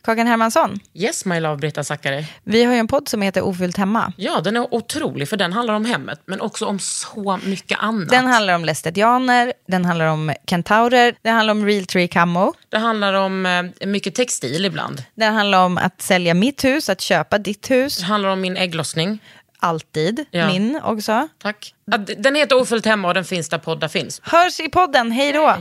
Kakan Hermansson. Yes, my love, Britta Zackari. Vi har ju en podd som heter Ofyllt hemma. Ja, den är otrolig för den handlar om hemmet, men också om så mycket annat. Den handlar om lästetianer, den handlar om kentaurer, den handlar om Realtree Camo. Det handlar om mycket textil ibland. Den handlar om att sälja mitt hus, att köpa ditt hus. Det handlar om min ägglossning. Alltid, min också. Tack. Den heter Ofyllt hemma och den finns där poddar finns. Hörs i podden, hej då!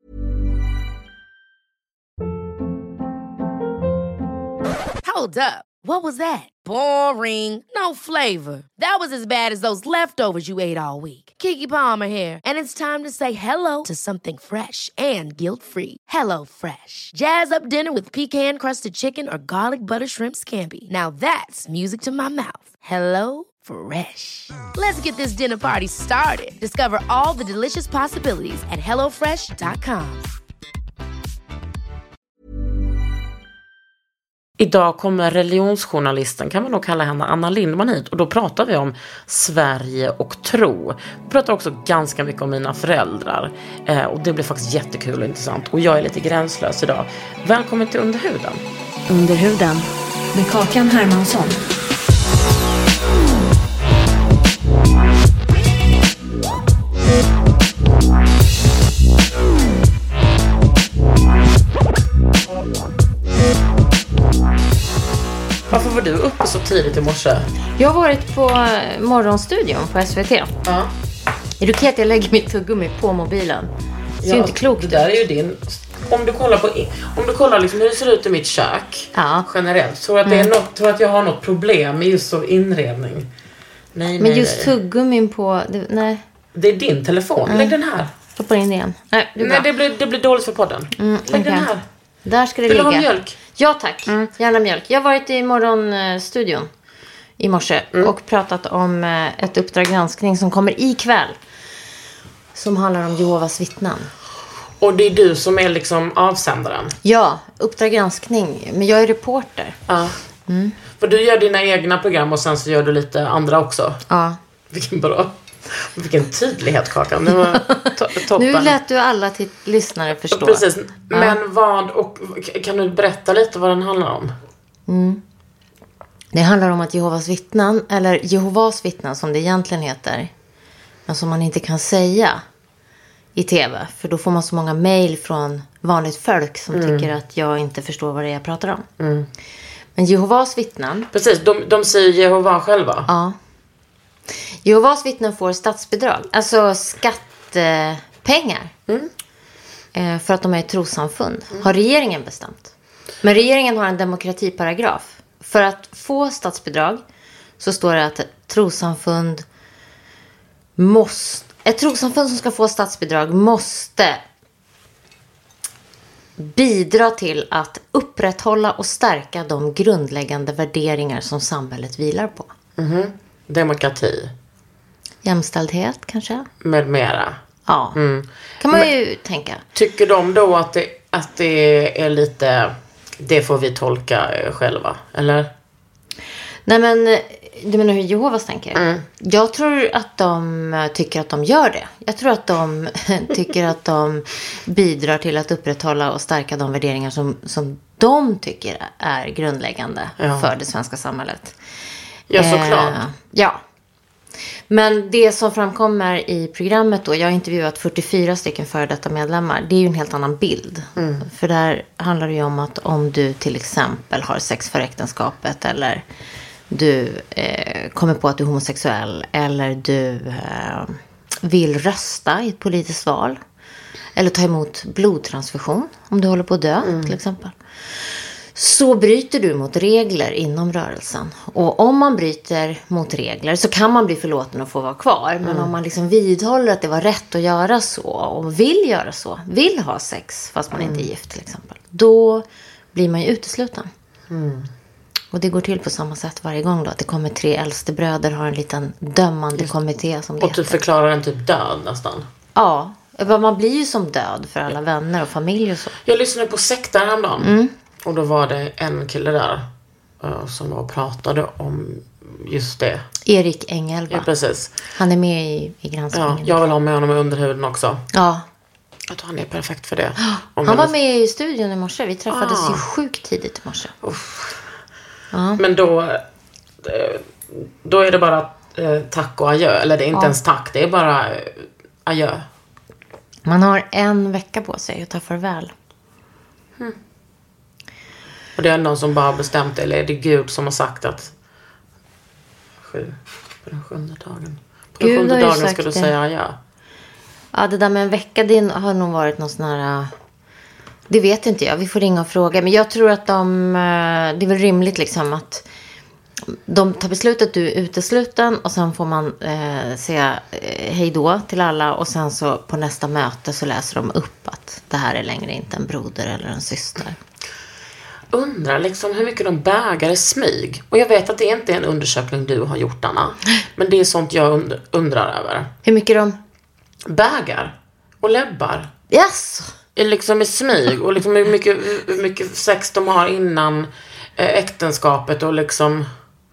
Hold up. What was that? Boring. No flavor. That was as bad as those leftovers you ate all week. Keke Palmer here, and it's time to say hello to something fresh and guilt-free. Hello Fresh. Jazz up dinner with pecan-crusted chicken or garlic butter shrimp scampi. Now that's music to my mouth. Hello Fresh. Let's get this dinner party started. Discover all the delicious possibilities at hellofresh.com. Idag kommer religionsjournalisten, kan man nog kalla henne, Anna Lindman hit. Och då pratar vi om Sverige och tro. Vi pratar också ganska mycket om mina föräldrar. Och det blir faktiskt jättekul och intressant. Och jag är lite gränslös idag. Välkommen till Underhuden. Underhuden med Kakan Hermansson. Varför var du uppe så tidigt i morse? Jag har varit på morgonstudion på SVT. Ja. Är du okej att jag lägger mitt tuggummi på mobilen? Det är ju inte klokt. Det där är ju din... Om du kollar liksom hur det ser ut i mitt kök generellt, tror att det är något, tror att jag har något problem med just så inredning. Nej, men just tuggummin på... Nej. Det är din telefon. Lägg den här. Stoppa in igen. Nej, det blir dåligt för podden. Lägg den här. Där ska det ligga. Vill du ha mjölk? Ja, tack. Gärna mjölk. Jag har varit i morgonstudion i morse och pratat om ett Uppdrag granskning som kommer ikväll. Som handlar om Jehovas vittnen. Och det är du som är liksom avsändaren? Ja, Uppdrag granskning. Men jag är reporter. Ja. För du gör dina egna program och sen så gör du lite andra också. Ja. Vilken tydlighet, Kakan. Det var toppen. Nu lät du alla till lyssnare förstå. Precis. Men kan du berätta lite vad den handlar om? Det handlar om att Jehovas vittnen, eller Jehovas vittnen som det egentligen heter, men som man inte kan säga i tv. För då får man så många mejl från vanligt folk som tycker att jag inte förstår vad det är jag pratar om. Men Jehovas vittnen... Precis, de säger Jehova själva. Ja. Jehovas vittnen får statsbidrag, alltså skattepengar, för att de är ett trossamfund. Har regeringen bestämt. Men regeringen har en demokratiparagraf. För att få statsbidrag så står det att ett trossamfund som ska få statsbidrag måste bidra till att upprätthålla och stärka de grundläggande värderingar som samhället vilar på. Demokrati. Jämställdhet kanske. Med mera. Ja, kan man ju tänka. Tycker de då att det är lite... Det får vi tolka själva, eller? Nej, men du menar hur Jehovas tänker? Jag tror att de tycker att de gör det. Jag tror att de tycker att de bidrar till att upprätthålla och stärka de värderingar som de tycker är grundläggande för det svenska samhället. Ja, såklart. Ja. Men det som framkommer i programmet då, jag har intervjuat 44 stycken före detta medlemmar, det är ju en helt annan bild. För där handlar det ju om att om du till exempel har sex för äktenskapet, eller du kommer på att du är homosexuell, eller du vill rösta i ett politiskt val, eller ta emot blodtransfusion om du håller på att dö till exempel, så bryter du mot regler inom rörelsen. Och om man bryter mot regler så kan man bli förlåten och få vara kvar. Men om man liksom vidhåller att det var rätt att göra så och vill göra så, vill ha sex fast man inte är gift till exempel, då blir man ju utesluten. Och det går till på samma sätt varje gång då, att det kommer 3 äldstebröder, har en liten dömande kommitté som det och typ förklarar en typ död nästan. Ja, man blir ju som död för alla vänner och familj och så. Jag lyssnade på sekta häromdagen. Och då var det en kille där som var och pratade om just det. Erik Engel, va? Ja, precis. Han är med i granskningen. Ja, jag vill ha med honom i Underhuden också. Ja. Jag tror han är perfekt för det. Han var med i studion i morse. Vi träffades ju sjukt tidigt i morse. Men då är det bara tack och adjö. Eller det är inte ens tack, det är bara adjö. Man har 1 vecka på sig att ta farväl. Och det är någon som bara har bestämt, eller är det Gud som har sagt att på den 7:e dagen. På den 7:e dagen ska du säga adjö. Ja, det där med 1 vecka, det har nog varit någon sån här... Det vet inte jag, vi får ringa och fråga. Men jag tror att det är väl rimligt liksom att de tar beslutet att du är utesluten. Och sen får man säga hej då till alla. Och sen så på nästa möte så läser de upp att det här är längre inte en broder eller en syster. Undrar liksom hur mycket de bägar i smyg. Och jag vet att det inte är en undersökning du har gjort, Anna. Men det är sånt jag undrar över. Hur mycket de... Bägar och läbbar. Yes. Liksom i smyg. Och liksom hur mycket sex de har innan äktenskapet. Och liksom...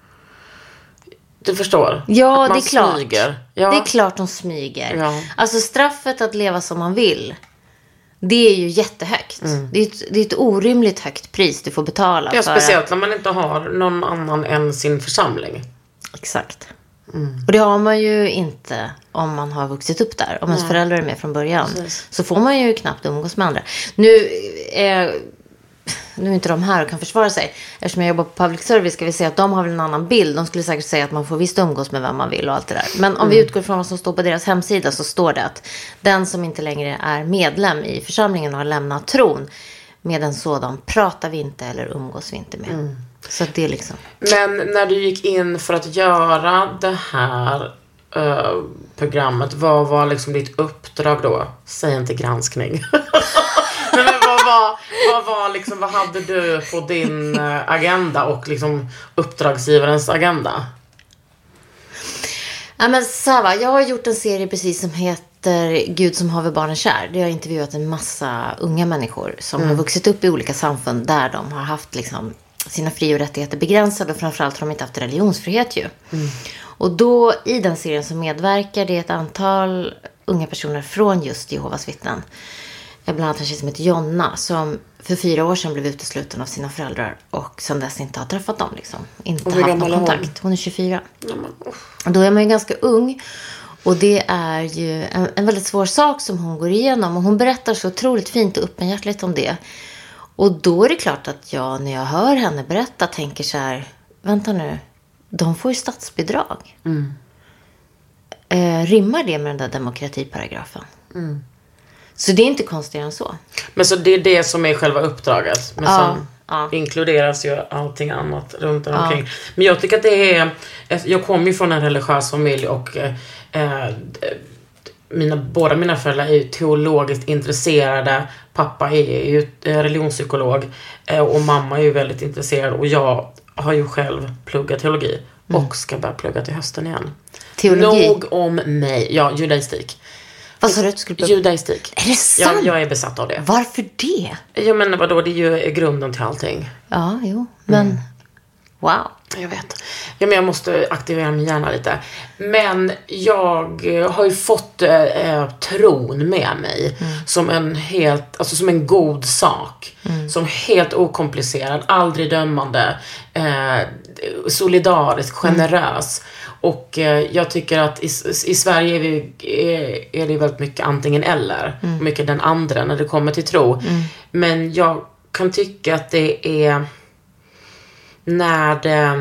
Du förstår? Ja, att man det är klart. Smyger. Ja. Det är klart de smyger. Ja. Alltså straffet att leva som man vill, det är ju jättehögt. Det är ett orimligt högt pris du får betala. Ja, för speciellt när man inte har någon annan än sin församling. Exakt. Och det har man ju inte om man har vuxit upp där. Om ens föräldrar är med från början. Precis. Så får man ju knappt umgås med andra. Nu är inte de här och kan försvara sig. Eftersom jag jobbar på public service ska vi säga att de har väl en annan bild. De skulle säkert säga att man får visst umgås med vem man vill och allt det där. Men om vi utgår från vad som står på deras hemsida så står det att den som inte längre är medlem i församlingen och har lämnat tron, med en sådan pratar vi inte eller umgås vi inte med. Så det är liksom... Men när du gick in för att göra det här programmet, vad var liksom ditt uppdrag då? Säg inte granskning. Men vad hade du på din agenda och liksom uppdragsgivarens agenda? Ja, men Sava, jag har gjort en serie precis som heter Gud som haver barnen kär. Där jag har intervjuat en massa unga människor som har vuxit upp i olika samfund där de har haft liksom sina fri- och rättigheter begränsade och framförallt har de inte haft religionsfrihet ju. Och då i den serien så medverkar det ett antal unga personer från just Jehovas vittnen. Bland annat en tjej som heter Jonna som för 4 år sedan blev utesluten av sina föräldrar och sedan dess inte har träffat dem liksom. Inte haft någon kontakt. Hon är 24. Då är man ju ganska ung. Och det är ju en väldigt svår sak som hon går igenom. Och hon berättar så otroligt fint och öppenhjärtligt om det. Och då är det klart att jag när jag hör henne berätta tänker så här: vänta nu, de får ju statsbidrag. Rimmar det med den där demokratiparagrafen? Så det är inte konstigare än så. Men så det är det som är själva uppdraget. Men sen inkluderas ju allting annat runt omkring. Men jag tycker att det är... Jag kommer ju från en religiös familj och båda mina föräldrar är ju teologiskt intresserade. Pappa är ju religionspsykolog och mamma är ju väldigt intresserad. Och jag har ju själv pluggat teologi och ska börja plugga till hösten igen. Teologi? Nog om mig. Ja, judaistik. Vad sa du att du skulle plugga? Judaistik. Är det sant? Jag är besatt av det. Varför det? Jag menar vadå, det är ju grunden till allting. Ja, jo. Men, wow. Jag vet. Ja, men jag måste aktivera min hjärna lite. Men jag har ju fått tron med mig som som en god sak. Som helt okomplicerad, aldrig dömande, solidarisk, generös. Och jag tycker att i Sverige är det väldigt mycket antingen eller. Mycket den andra när det kommer till tro. Men jag kan tycka att det är när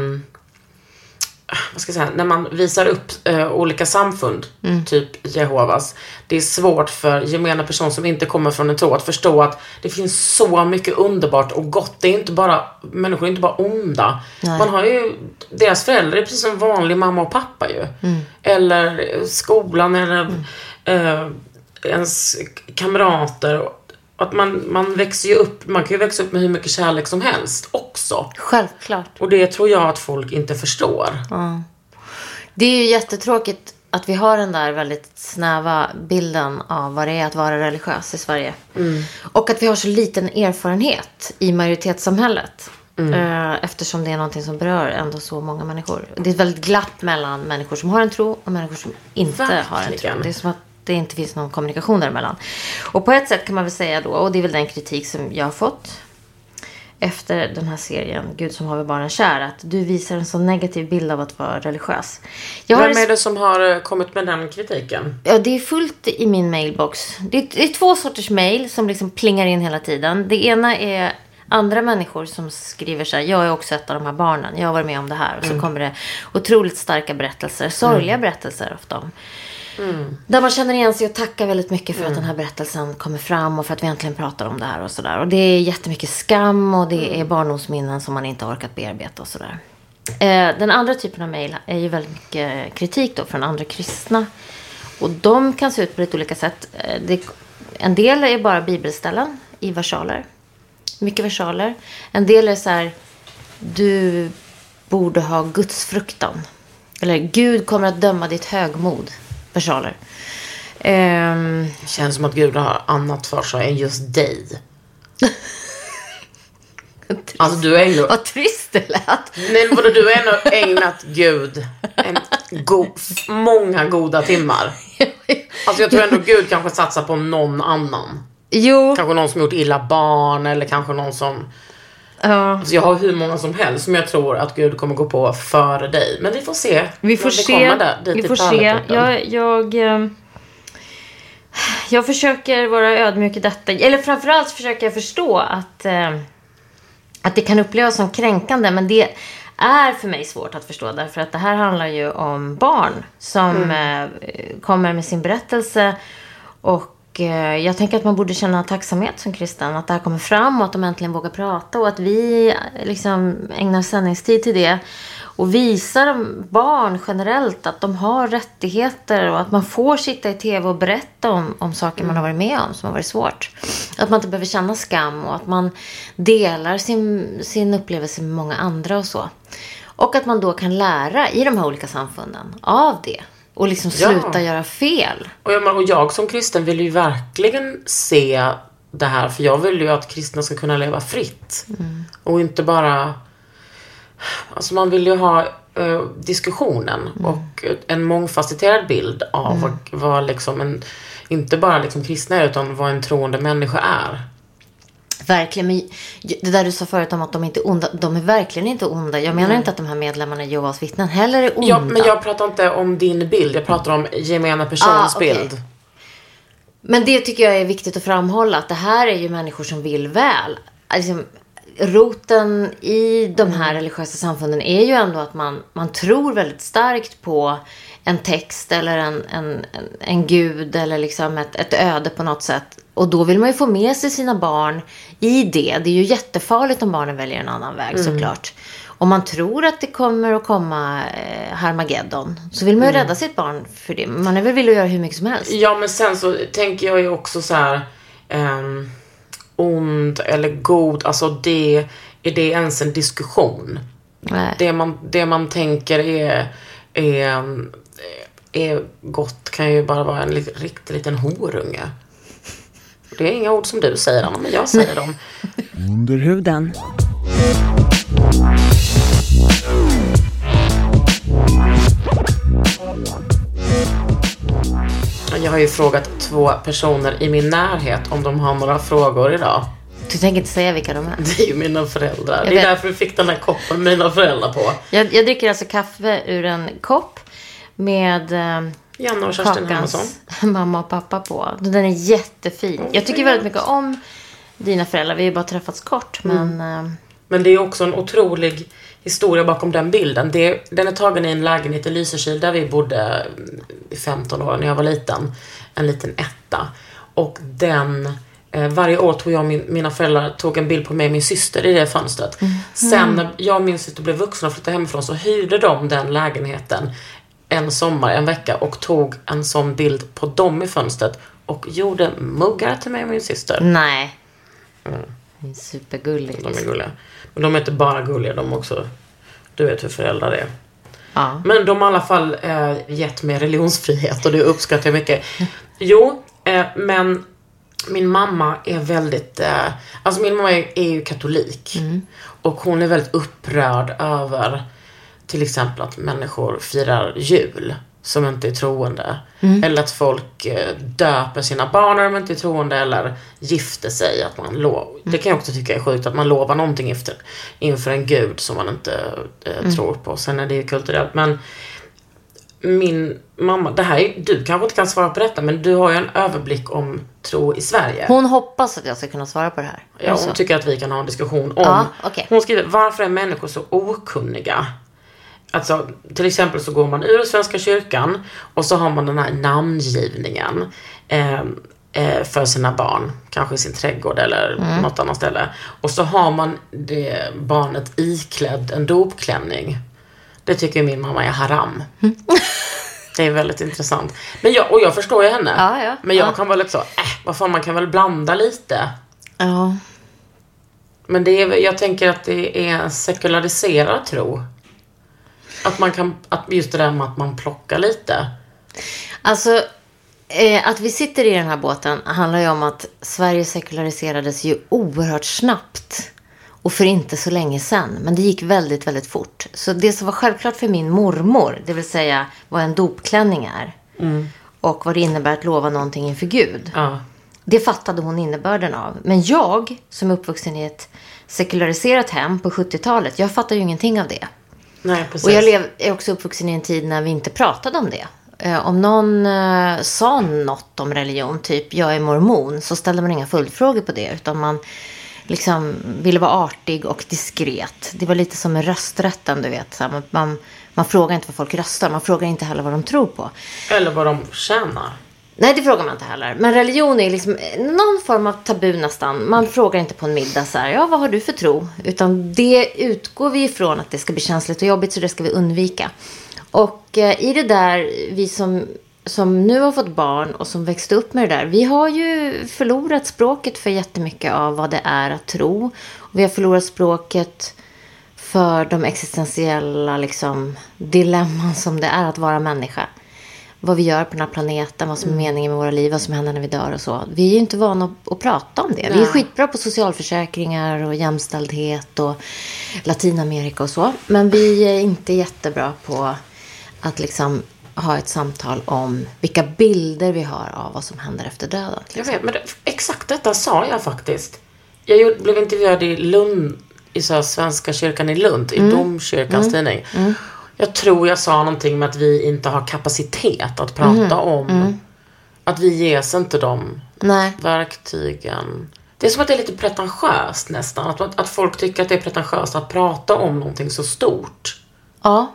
när man visar upp olika samfund, typ Jehovas, det är svårt för gemena person som inte kommer från en tro att förstå att det finns så mycket underbart och gott. Det är inte bara, människor är inte bara onda. Nej. Man har ju, deras föräldrar är precis som vanlig mamma och pappa ju. Eller skolan eller ens kamrater. Att man växer ju upp, man kan ju växa upp med hur mycket kärlek som helst också. Självklart. Och det tror jag att folk inte förstår. Det är ju jättetråkigt att vi har den där väldigt snäva bilden av vad det är att vara religiös i Sverige. Och att vi har så liten erfarenhet i majoritetssamhället. Eftersom det är någonting som berör ändå så många människor. Det är ett väldigt glapp mellan människor som har en tro och människor som inte har en tro. Det är som att det inte finns någon kommunikation däremellan. Och på ett sätt kan man väl säga då, och det är väl den kritik som jag har fått efter den här serien Gud som haver barnen kär, att du visar en så negativ bild av att vara religiös. Vem är det som har kommit med den kritiken? Ja, det är fullt i min mailbox. Det är 2 sorters mail som liksom plingar in hela tiden. Det ena är andra människor som skriver så här: jag är också ett av de här barnen, jag har varit med om det här. Och så kommer det otroligt starka berättelser, sorgliga berättelser ofta. Där man känner igen sig och tackar väldigt mycket för att den här berättelsen kommer fram och för att vi äntligen pratar om det här och sådär. Och det är jättemycket skam och det är barndomsminnen som man inte har orkat bearbeta och sådär. Den andra typen av mejl är ju väldigt mycket kritik då från andra kristna. Och de kan se ut på lite olika sätt. En del är bara bibelställen i versaler. Mycket versaler. En del är så här: du borde ha Guds fruktan. Eller Gud kommer att döma ditt högmod. Versaler. Det känns som att Gud har annat för sig än just dig. Alltså du är ändå... Vad trist det lät. Nej, men du har ändå ägnat Gud många goda timmar. Alltså jag tror ändå Gud kanske satsar på någon annan. Jo. Kanske någon som gjort illa barn. Eller kanske någon som... Alltså jag har hur många som helst som jag tror att Gud kommer gå på före dig. Men vi får se. Vi får se. Jag försöker vara ödmjuk i detta. Eller framförallt försöker jag förstå att det kan upplevas som kränkande. Men det är för mig svårt att förstå. Därför att det här handlar ju om barn som kommer med sin berättelse. Och jag tänker att man borde känna tacksamhet som kristen. Att det här kommer fram och att de äntligen vågar prata. Och att vi liksom ägnar sändningstid till det. Och visar barn generellt att de har rättigheter. Och att man får sitta i tv och berätta om saker man har varit med om som har varit svårt. Att man inte behöver känna skam. Och att man delar sin upplevelse med många andra och så. Och att man då kan lära i de här olika samfunden av det. Och liksom sluta göra fel. Och jag som kristen vill ju verkligen se det här. För jag vill ju att kristna ska kunna leva fritt. Och inte bara... Alltså man vill ju ha diskussionen. Och en mångfacetterad bild av vad liksom inte bara liksom kristna är, utan vad en troende människa är. Verkligen, men det där du sa förut om att de inte är onda, de är verkligen inte onda. Jag menar inte att de här medlemmarna i Jehovas vittnen heller är onda. Ja, men jag pratar inte om din bild, jag pratar om gemena persons bild. Men det tycker jag är viktigt att framhålla, att det här är ju människor som vill väl. Alltså, roten i de här religiösa samfunden är ju ändå att man tror väldigt starkt på en text eller en gud eller liksom ett öde på något sätt. Och då vill man ju få med sig sina barn i det. Det är ju jättefarligt om barnen väljer en annan väg såklart. Om man tror att det kommer att komma Harmageddon, så vill man ju rädda sitt barn för det. Man är väl villig att göra hur mycket som helst. Ja, men sen så tänker jag ju också så här... ond eller god, alltså är det ens en diskussion? Nej. Det man tänker är gott kan ju bara vara en riktig liten horunge. Det är inga ord som du säger, Anna, men jag säger dem. Under huden. Jag har ju frågat 2 personer i min närhet om de har några frågor idag. Du tänker inte säga vilka de är? Det är ju mina föräldrar. Det är därför du fick den här koppen med mina föräldrar på. Jag dricker alltså kaffe ur en kopp med Janna och Kerstin Hermansson, mamma och pappa på. Den är jättefin. Jag tycker väldigt mycket om dina föräldrar. Vi har ju bara träffats kort. Men det är också en otrolig historia bakom den bilden. Den är tagen i en lägenhet i Lysekil där vi bodde i 15 år när jag var liten. En liten etta. Och varje år tog jag och mina föräldrar tog en bild på mig och min syster i det fönstret. Sen när jag och min syster blev vuxna och flyttade hemifrån, så hyrde de den lägenheten en sommar, en vecka, och tog en sån bild på dem i fönstret och gjorde muggar till mig och min syster. Nej. Supergulligt. De är gulliga. Men de är inte bara gulliga, de också, du vet hur föräldrar är. Ja. Men de har i alla fall gett mig religionsfrihet, och det uppskattar jag mycket. Men min mamma är väldigt... alltså min mamma är ju katolik. Och hon är väldigt upprörd över till exempel att människor firar jul. som inte är troende. Eller att folk döper sina barn när de inte är troende, eller gifter sig. Att man det kan jag också tycka är sjukt, att man lovar någonting inför en gud som man inte tror på. Sen är det ju kulturellt. Men min mamma, du kanske inte kan svara på detta, men du har ju en överblick om tro i Sverige. Hon hoppas att jag ska kunna svara på det här. Ja, hon tycker att vi kan ha en diskussion om. Hon skriver, varför är människor så okunniga? Alltså, till exempel så går man ur Svenska kyrkan och så har man den här namngivningen för sina barn, kanske i sin trädgård eller något annat ställe. Och så har man det barnet iklädd en dopklänning. Det tycker min mamma är haram. Det är väldigt intressant. Men jag förstår ju henne. Ja. Men jag kan vara lite så, vad fan, man kan väl blanda lite. Ja. Men jag tänker att det är en sekulariserad tro. Att just det där med att man plockar lite. Alltså, att vi sitter i den här båten handlar ju om att Sverige sekulariserades ju oerhört snabbt. Och för inte så länge sedan. Men det gick väldigt, väldigt fort. Så det som var självklart för min mormor, det vill säga vad en dopklänning är. Och vad det innebär att lova någonting inför Gud. Ja. Det fattade hon innebörden av. Men jag, som är uppvuxen i ett sekulariserat hem på 70-talet, jag fattar ju ingenting av det. Nej, precis. Och jag är också uppvuxen i en tid när vi inte pratade om det. Om någon sa något om religion, typ jag är mormon, så ställde man inga följdfrågor på det. Utan man liksom ville vara artig och diskret. Det var lite som med rösträtten, du vet. Så här, man frågar inte vad folk röstar. Man frågar inte heller vad de tror på. Eller vad de tjänar. Nej, det frågar man inte heller. Men religion är liksom någon form av tabu nästan. Man frågar inte på en middag så här, vad har du för tro? Utan det utgår vi ifrån att det ska bli känsligt och jobbigt, så det ska vi undvika. Och i det där, vi som nu har fått barn och som växte upp med det där, vi har ju förlorat språket för jättemycket av vad det är att tro. Och vi har förlorat språket för de existentiella liksom, dilemman som det är att vara människa. Vad vi gör på den här planeten, vad som är meningen med våra liv, vad som händer när vi dör och så. Vi är ju inte vana att prata om det. Nej. Vi är skitbra på socialförsäkringar och jämställdhet och Latinamerika och så. Men vi är inte jättebra på att liksom ha ett samtal om vilka bilder vi har av vad som händer efter döden. Jag vet, men exakt detta sa jag faktiskt. Jag blev intervjuad i Lund, i Svenska kyrkan i Lund, i Domkyrkans tidning. Jag tror jag sa någonting med att vi inte har kapacitet att prata om. Att vi ges inte de verktygen. Det är som att det är lite pretentiöst nästan. Att folk tycker att det är pretentiöst att prata om någonting så stort. Ja.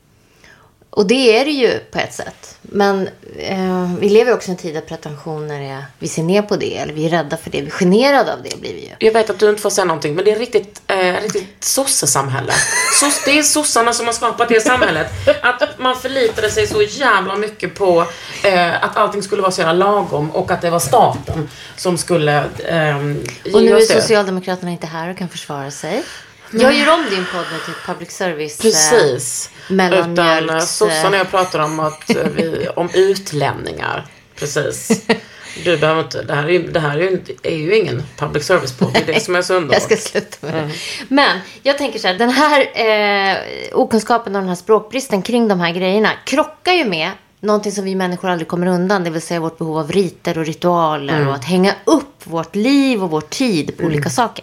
Och det är det ju på ett sätt. Men vi lever också i en tid där pretensioner är... Vi ser ner på det, eller vi är rädda för det. Vi är generade av det, blir vi ju. Jag vet att du inte får säga någonting, men det är riktigt sossesamhälle. Det är sossarna som har skapat det samhället. Att man förlitade sig så jävla mycket på att allting skulle vara så jävla lagom. Och att det var staten som skulle och nu är Socialdemokraterna inte här och kan försvara sig. Jag gör om din podd med typ public service. Precis. Mellanmjölks... Utan sossarna jag pratar om om utlänningar. Precis. Du behöver inte... Det här är ju ingen public service podd. Det är det som är så underbart. Jag ska sluta med det. Men jag tänker så här. Den här okunskapen och den här språkbristen kring de här grejerna krockar ju med någonting som vi människor aldrig kommer undan. Det vill säga vårt behov av riter och ritualer. Och att hänga upp vårt liv och vår tid på olika saker.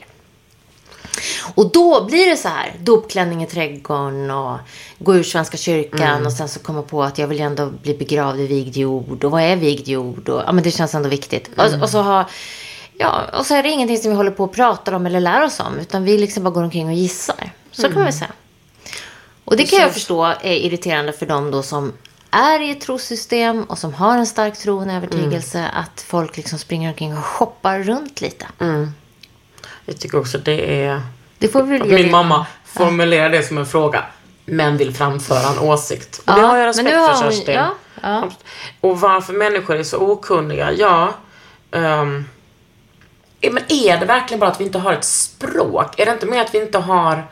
Och då blir det så här, dopklänning i trädgården och gå ur Svenska kyrkan och sen så komma på att jag vill ändå bli begravd i vigd jord. Och vad är vigd jord? Och, ja, men det känns ändå viktigt. Och så är det ingenting som vi håller på att prata om eller lär oss om, utan vi liksom bara går omkring och gissar. Så kan man väl säga. Och det kan jag förstå är irriterande för dem då som är i ett trossystem och som har en stark tro och övertygelse, att folk liksom springer omkring och shoppar runt lite. Jag tycker också det är... Det får vi min mamma formulerar det som en fråga, men vill framföra en åsikt. Och det har jag respekt för, Kerstin. Ja. Och varför människor är så okunniga, men är det verkligen bara att vi inte har ett språk? Är det inte mer att vi inte har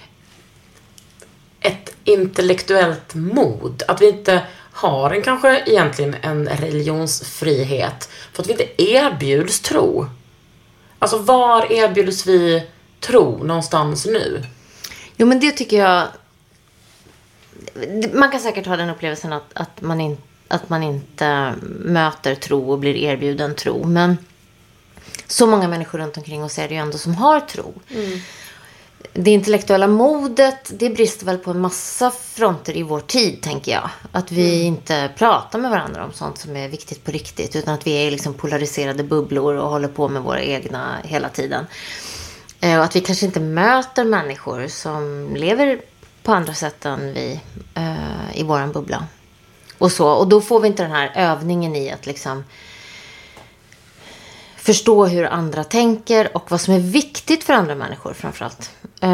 ett intellektuellt mod? Att vi inte har kanske egentligen en religionsfrihet för att vi inte erbjuds tro? Alltså, var erbjuds vi tro någonstans nu? Jo, men det tycker jag... man kan säkert ha den upplevelsen att man inte möter tro och blir erbjuden tro. Men så många människor runt omkring oss är det ju ändå som har tro. Det intellektuella modet, det brister väl på en massa fronter i vår tid, tänker jag. Att vi inte pratar med varandra om sånt som är viktigt på riktigt. Utan att vi är liksom polariserade bubblor och håller på med våra egna hela tiden. Och att vi kanske inte möter människor som lever på andra sätt än vi i våran bubbla. Och då får vi inte den här övningen i att liksom förstå hur andra tänker och vad som är viktigt för andra människor framförallt.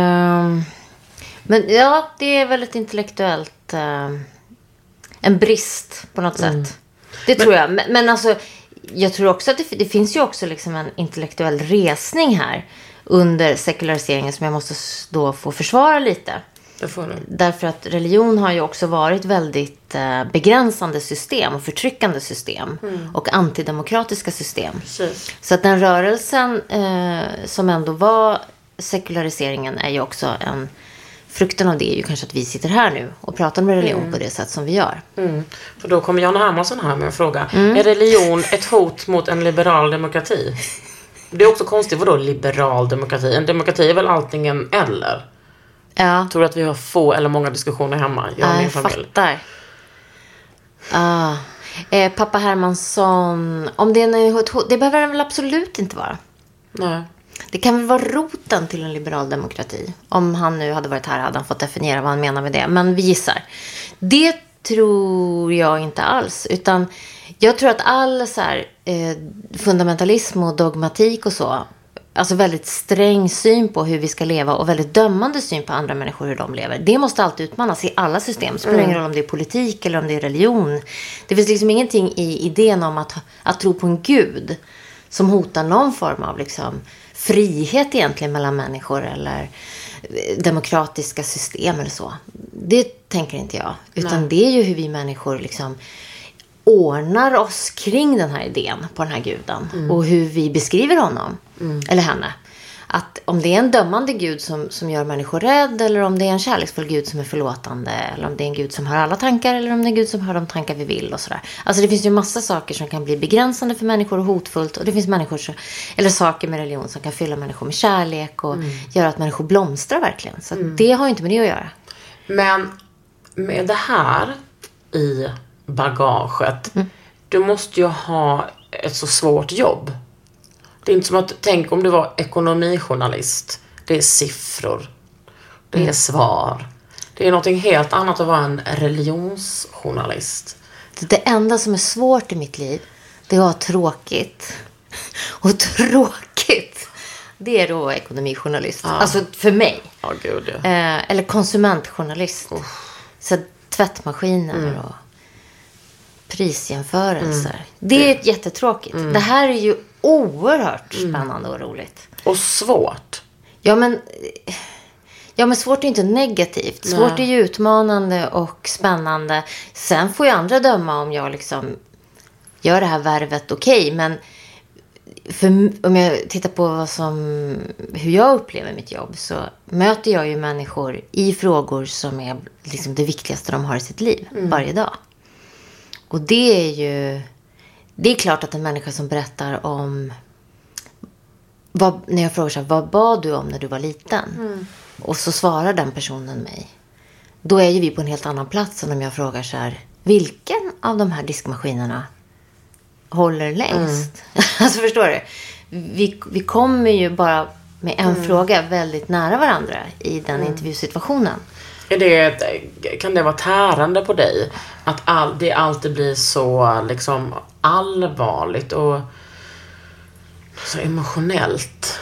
Men ja, det är väl ett intellektuellt en brist på något sätt. Det tror jag. Men alltså, jag tror också att det finns ju också liksom en intellektuell resning här under sekulariseringen som jag måste då få försvara lite. Därför att religion har ju också varit väldigt begränsande system och förtryckande system och antidemokratiska system. Precis. Så att den rörelsen som ändå var sekulariseringen är ju också frukten av det är ju kanske att vi sitter här nu och pratar med religion på det sätt som vi gör. För då kommer Jan Hermansson här med en fråga. Är religion ett hot mot en liberal demokrati? Det är också konstigt, vadå liberal demokrati? En demokrati är väl antingen eller? Ja. Tror du att vi har få eller många diskussioner hemma? Jag och min familj. Fattar. Pappa Hermansson, om det är ett hot, det behöver det väl absolut inte vara. Nej. Det kan väl vara roten till en liberal demokrati. Om han nu hade varit här hade han fått definiera vad han menar med det. Men vi gissar. Det tror jag inte alls. Utan jag tror att all så här, fundamentalism och dogmatik och så, alltså väldigt sträng syn på hur vi ska leva och väldigt dömande syn på andra människor hur de lever. Det måste alltid utmanas i alla system. Det spelar ingen roll om det är politik eller om det är religion. Det finns liksom ingenting i idén om att tro på en gud som hotar någon form av liksom frihet egentligen mellan människor eller demokratiska system eller så. Det tänker inte jag. Utan det är ju hur vi människor liksom ordnar oss kring den här idén på den här guden. Och hur vi beskriver honom. Eller henne. Att om det är en dömande gud som gör människor rädd. Eller om det är en kärleksfull gud som är förlåtande. Eller om det är en gud som har alla tankar. Eller om det är en gud som har de tankar vi vill och sådär. Alltså det finns ju massa saker som kan bli begränsande för människor och hotfullt. Och det finns eller saker med religion som kan fylla människor med kärlek. Och göra att människor blomstrar verkligen. Så det har ju inte med det att göra. Men med det här i bagaget. Du måste ju ha ett så svårt jobb. Det är inte som att, tänk om du var ekonomijournalist. Det är siffror. Det är svar. Det är någonting helt annat att vara en religionsjournalist. Det enda som är svårt i mitt liv, det är att ha tråkigt. Och tråkigt, det är då ekonomijournalist. Alltså för mig. Gud, ja. Eller konsumentjournalist. Så tvättmaskiner och prisjämförelser. Det är jättetråkigt. Det här är ju oerhört spännande och roligt. Och svårt. Ja, men svårt är inte negativt. Svårt är ju utmanande och spännande. Sen får ju andra döma om jag liksom gör det här värvet okej. Men om jag tittar på hur jag upplever mitt jobb, så möter jag ju människor i frågor som är liksom det viktigaste de har i sitt liv varje dag. Och det är klart att en människa som berättar om när jag frågar så här, vad bad du om när du var liten? Och så svarar den personen mig. Då är ju vi på en helt annan plats än om jag frågar så här, vilken av de här diskmaskinerna håller längst? Alltså förstår du? Vi kommer ju bara med en fråga väldigt nära varandra i den intervjusituationen. Kan det vara tärande på dig att det alltid blir så liksom allvarligt och så emotionellt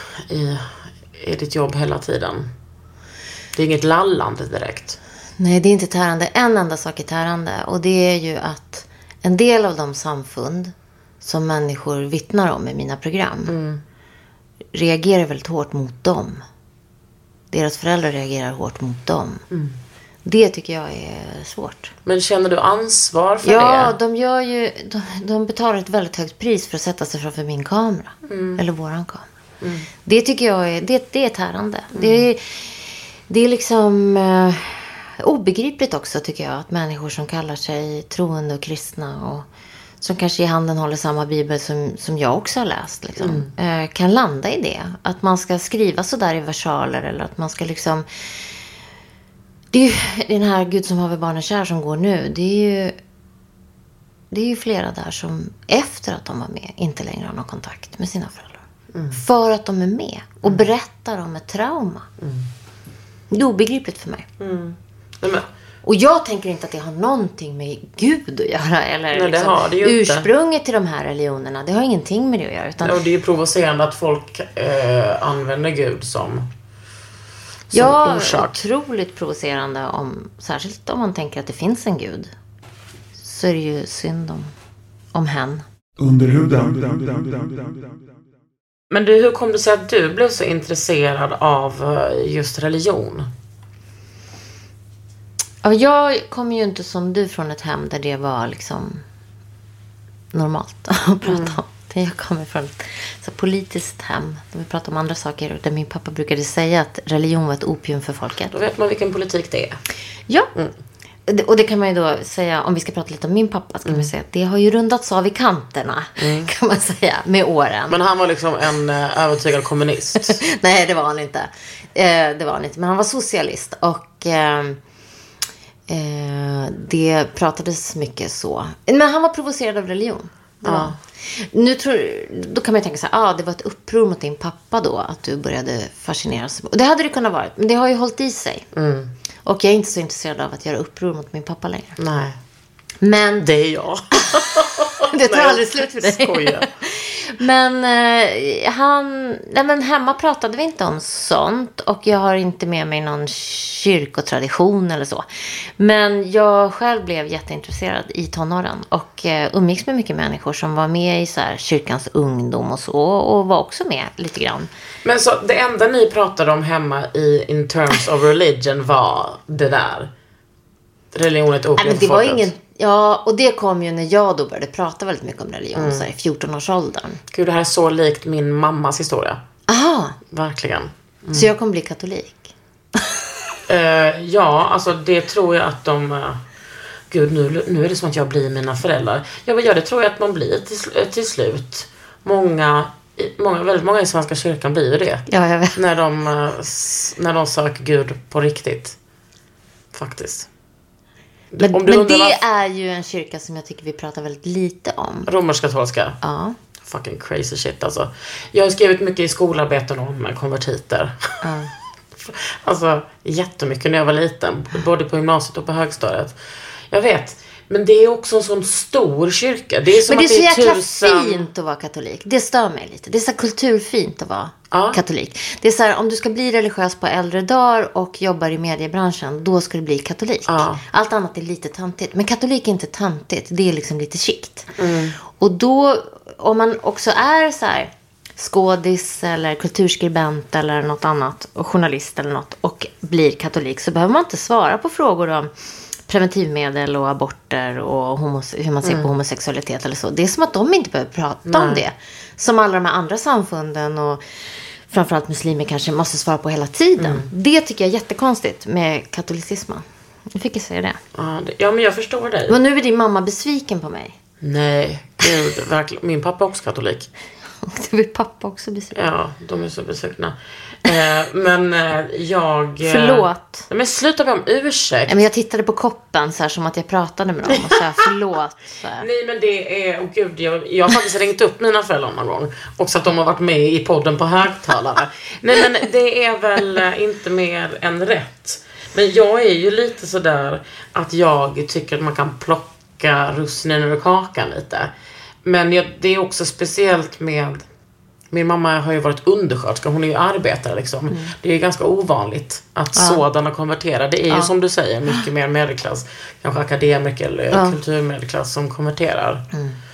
i ditt jobb hela tiden? Det är inget lallande direkt. Nej, det är inte tärande. En enda sak är tärande, och det är ju att en del av de samfund som människor vittnar om i mina program reagerar väldigt hårt mot dem. Deras föräldrar reagerar hårt mot dem. Det tycker jag är svårt. Men känner du ansvar för det? Ja, de betalar ett väldigt högt pris för att sätta sig framför min kamera. Eller våran kamera. Det tycker jag är tärande. Det är liksom obegripligt också tycker jag. Att människor som kallar sig troende och kristna och som kanske i handen håller samma bibel som jag också har läst. Liksom, kan landa i det. Att man ska skriva så där i versaler. Eller att man ska liksom... Det är ju den här Gud som haver barnen kär som går nu. Det är ju flera där som efter att de var med inte längre har någon kontakt med sina föräldrar. För att de är med och berättar om ett trauma. Det är obegripligt för mig. Och jag tänker inte att det har någonting med Gud att göra. Eller nej, liksom det har det ju ursprunget inte till de här religionerna. Det har ingenting med det att göra. Utan... Och det är ju provocerande att folk använder Gud som orsak. Otroligt provocerande. Särskilt om man tänker att det finns en Gud. Så är det ju synd om hen. Under huden. Men du, hur kom det sig att du blev så intresserad av just religion? Ja, jag kommer ju inte som du från ett hem där det var liksom normalt att prata om. Jag kommer från ett så politiskt hem där vi pratar om andra saker. Där min pappa brukade säga att religion var ett opium för folket. Då vet man vilken politik det är. Ja, och det kan man ju då säga, om vi ska prata lite om min pappa, ska man säga att det har ju rundats av i kanterna, kan man säga, med åren. Men han var liksom en övertygad kommunist. Nej, det var han inte. Det var han inte, men han var socialist och det pratades mycket så. Men han var provocerad av religion. Ja. Då kan man ju tänka så här, det var ett uppror mot din pappa då, att du började fascineras. Och det hade det kunnat vara, men det har ju hållit i sig. Och jag är inte så intresserad av att göra uppror mot min pappa längre. Nej. Men det är jag. Det tar aldrig slut för dig. Skojar. Men men hemma pratade vi inte om sånt. Och jag har inte med mig någon kyrkotradition eller så. Men jag själv blev jätteintresserad i tonåren. Och umgicks med mycket människor som var med i så här, kyrkans ungdom och så. Och var också med lite grann. Men så det enda ni pratade om hemma in terms of religion var det där? Religion är ett opium för folket. Ja, och det kom ju när jag då började prata väldigt mycket om religion, så här, i 14-årsåldern. Gud, det här är så likt min mammas historia. Aha. Verkligen. Så jag kommer bli katolik? Ja, alltså det tror jag att de... Gud, nu är det som att jag blir mina föräldrar. Ja, det tror jag att man blir till slut. Väldigt många i Svenska kyrkan blir ju det. Ja, jag vet. När de söker Gud på riktigt. Faktiskt. Men det är ju en kyrka som jag tycker vi pratar väldigt lite om. Romersk-katolska. Ja. Fucking crazy shit alltså. Jag har skrivit mycket i skolarbeten om konvertiter. Alltså jättemycket när jag var liten. Både på gymnasiet och på högstadiet. Jag vet. Men det är också en sån stor kyrka. Det är som men det är så jäkla 1000... fint att vara katolik. Det stör mig lite. Det är så kulturfint att vara katolik. Det är så här, om du ska bli religiös på äldre dagar och jobbar i mediebranschen, då ska du bli katolik. Allt annat är lite tantigt. Men katolik är inte tantigt. Det är liksom lite chikt. Och då, om man också är så här skådis eller kulturskribent eller något annat, och journalist eller något, och blir katolik, så behöver man inte svara på frågor om preventivmedel och aborter och hur man ser på homosexualitet eller så. Det är som att de inte behöver prata om det. Som alla de här andra samfunden och framförallt muslimer kanske måste svara på hela tiden. Det tycker jag är jättekonstigt med katolicismen. Jag fick säga det. Ja, men jag förstår dig. Men nu är din mamma besviken på mig. Nej, gud, verkligen. Min pappa är också katolik. Det vill pappa också besviken. Ja, de är så besvikna. Men jag... Förlåt. Men sluta be om ursäkt. Men jag tittade på koppen så här, som att jag pratade med dem och så här, förlåt. Så här. Nej, men det är... Gud, jag har faktiskt ringt upp mina föräldrar någon gång. Och så att de har varit med i podden på högtalare. Nej, men det är väl inte mer än rätt. Men jag är ju lite sådär att jag tycker att man kan plocka russinen ur kakan lite. Men det är också speciellt med... Min mamma har ju varit undersköterska. Hon är ju arbetare liksom. Det är ju ganska ovanligt att sådana konverterar. Det är ju som du säger mycket mer medelklass. Kanske akademiker eller kulturmedelklass som konverterar.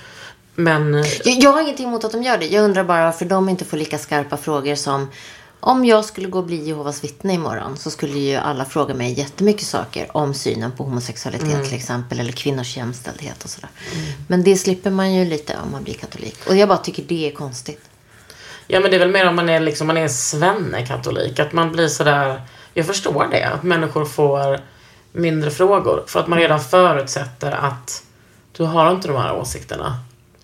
Men... Jag har ingenting emot att de gör det. Jag undrar bara varför de inte får lika skarpa frågor som... Om jag skulle gå och bli Jehovas vittne imorgon, så skulle ju alla fråga mig jättemycket saker om synen på homosexualitet till exempel, eller kvinnors jämställdhet och sådär. Men det slipper man ju lite om man blir katolik. Och jag bara tycker det är konstigt. Ja, men det är väl mer om man är svennekatolik, att man blir sådär... Jag förstår det, att människor får mindre frågor. För att man redan förutsätter att du har inte de här åsikterna.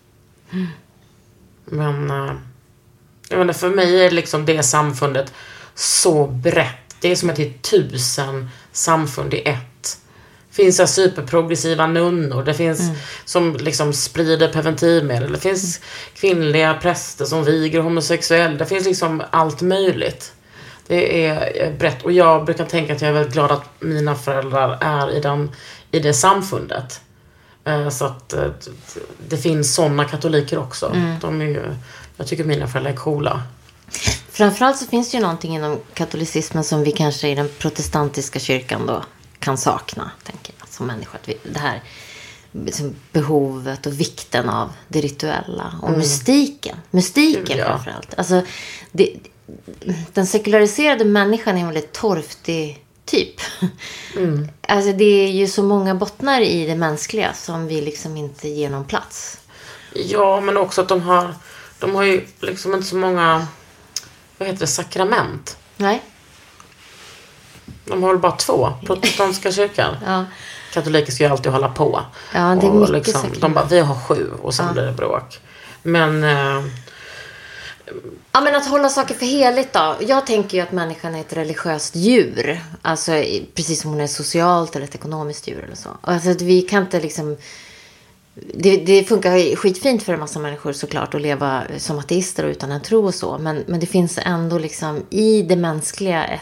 Men jag menar, för mig är liksom det samfundet så brett. Det är som att det är 1000 samfund i ett. Det finns så superprogressiva nunnor. Det finns som liksom sprider preventivmedel. Det finns kvinnliga präster som viger homosexuella. Det finns liksom allt möjligt. Det är brett. Och jag brukar tänka att jag är väldigt glad att mina föräldrar är i det samfundet. Så att det finns sådana katoliker också. Jag tycker mina föräldrar är coola. Framförallt så finns det ju någonting inom katolicismen som vi kanske i den protestantiska kyrkan då kan sakna, tänker jag, som människa. Det här liksom behovet och vikten av det rituella och mystiken framförallt. Alltså, den sekulariserade människan är en väldigt torftig typ. Alltså det är ju så många bottnar i det mänskliga som vi liksom inte ger någon plats. Ja, men också att de har ju liksom inte så många, vad heter det, sakrament. Nej. De har väl bara 2, protestantiska kyrkan. Ja. Katoliker ska ju alltid hålla på. Ja, det är och mycket liksom, de bara, vi har 7 och sen blir det bråk. Men ja, men att hålla saker för heligt då. Jag tänker ju att människan är ett religiöst djur. Alltså precis som hon är ett socialt eller ett ekonomiskt djur eller så. Alltså att vi kan inte liksom... Det funkar skitfint för en massa människor såklart att leva som ateister och utan en tro och så. Men det finns ändå liksom i det mänskliga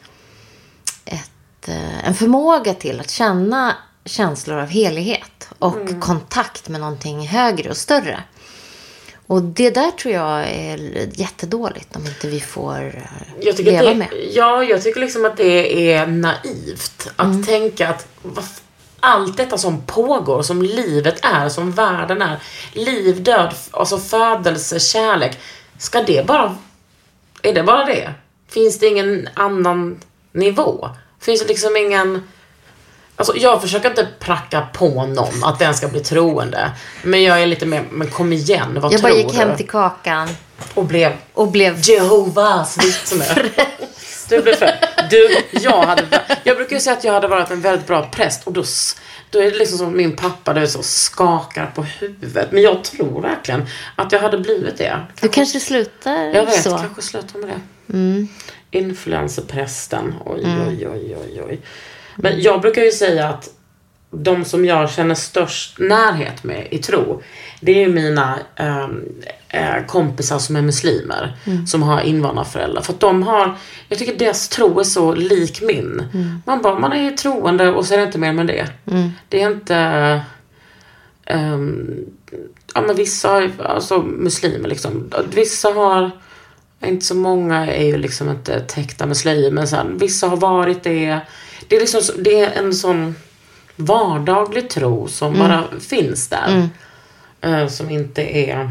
en förmåga till att känna känslor av helighet och kontakt med någonting högre och större. Och det där tror jag är jättedåligt om inte vi får leva med. Ja, jag tycker liksom att det är naivt att tänka att allt detta som pågår, som livet är, som världen är, liv, död, alltså födelse, kärlek, är det bara det? Finns det ingen annan nivå? Finns det liksom ingen... Alltså jag försöker inte pracka på någon att den ska bli troende. Men jag är lite mer, men kom igen, vad tror du? Jag bara gick hem till Kakan. Och blev Jehovas vittne. Du blev jag brukar ju säga att jag hade varit en väldigt bra präst. Och då är det liksom som min pappa, det är så skakar på huvudet. Men jag tror verkligen att jag hade blivit det. Du kanske slutar så. Jag vet, kanske slutar med det. Influencerprästen. Oj. Men jag brukar ju säga att de som jag känner störst närhet med i tro, det är ju mina kompisar som är muslimer, som har invandrarföräldrar. För att jag tycker deras tro är så lik min. Man är troende och så är det inte mer med det. Det är inte... men vissa, alltså muslimer liksom, vissa har... Inte så många är ju liksom inte täckta med slöjor, men sen vissa har varit det. Det är liksom, det är en sån vardaglig tro som bara finns där. Som inte är,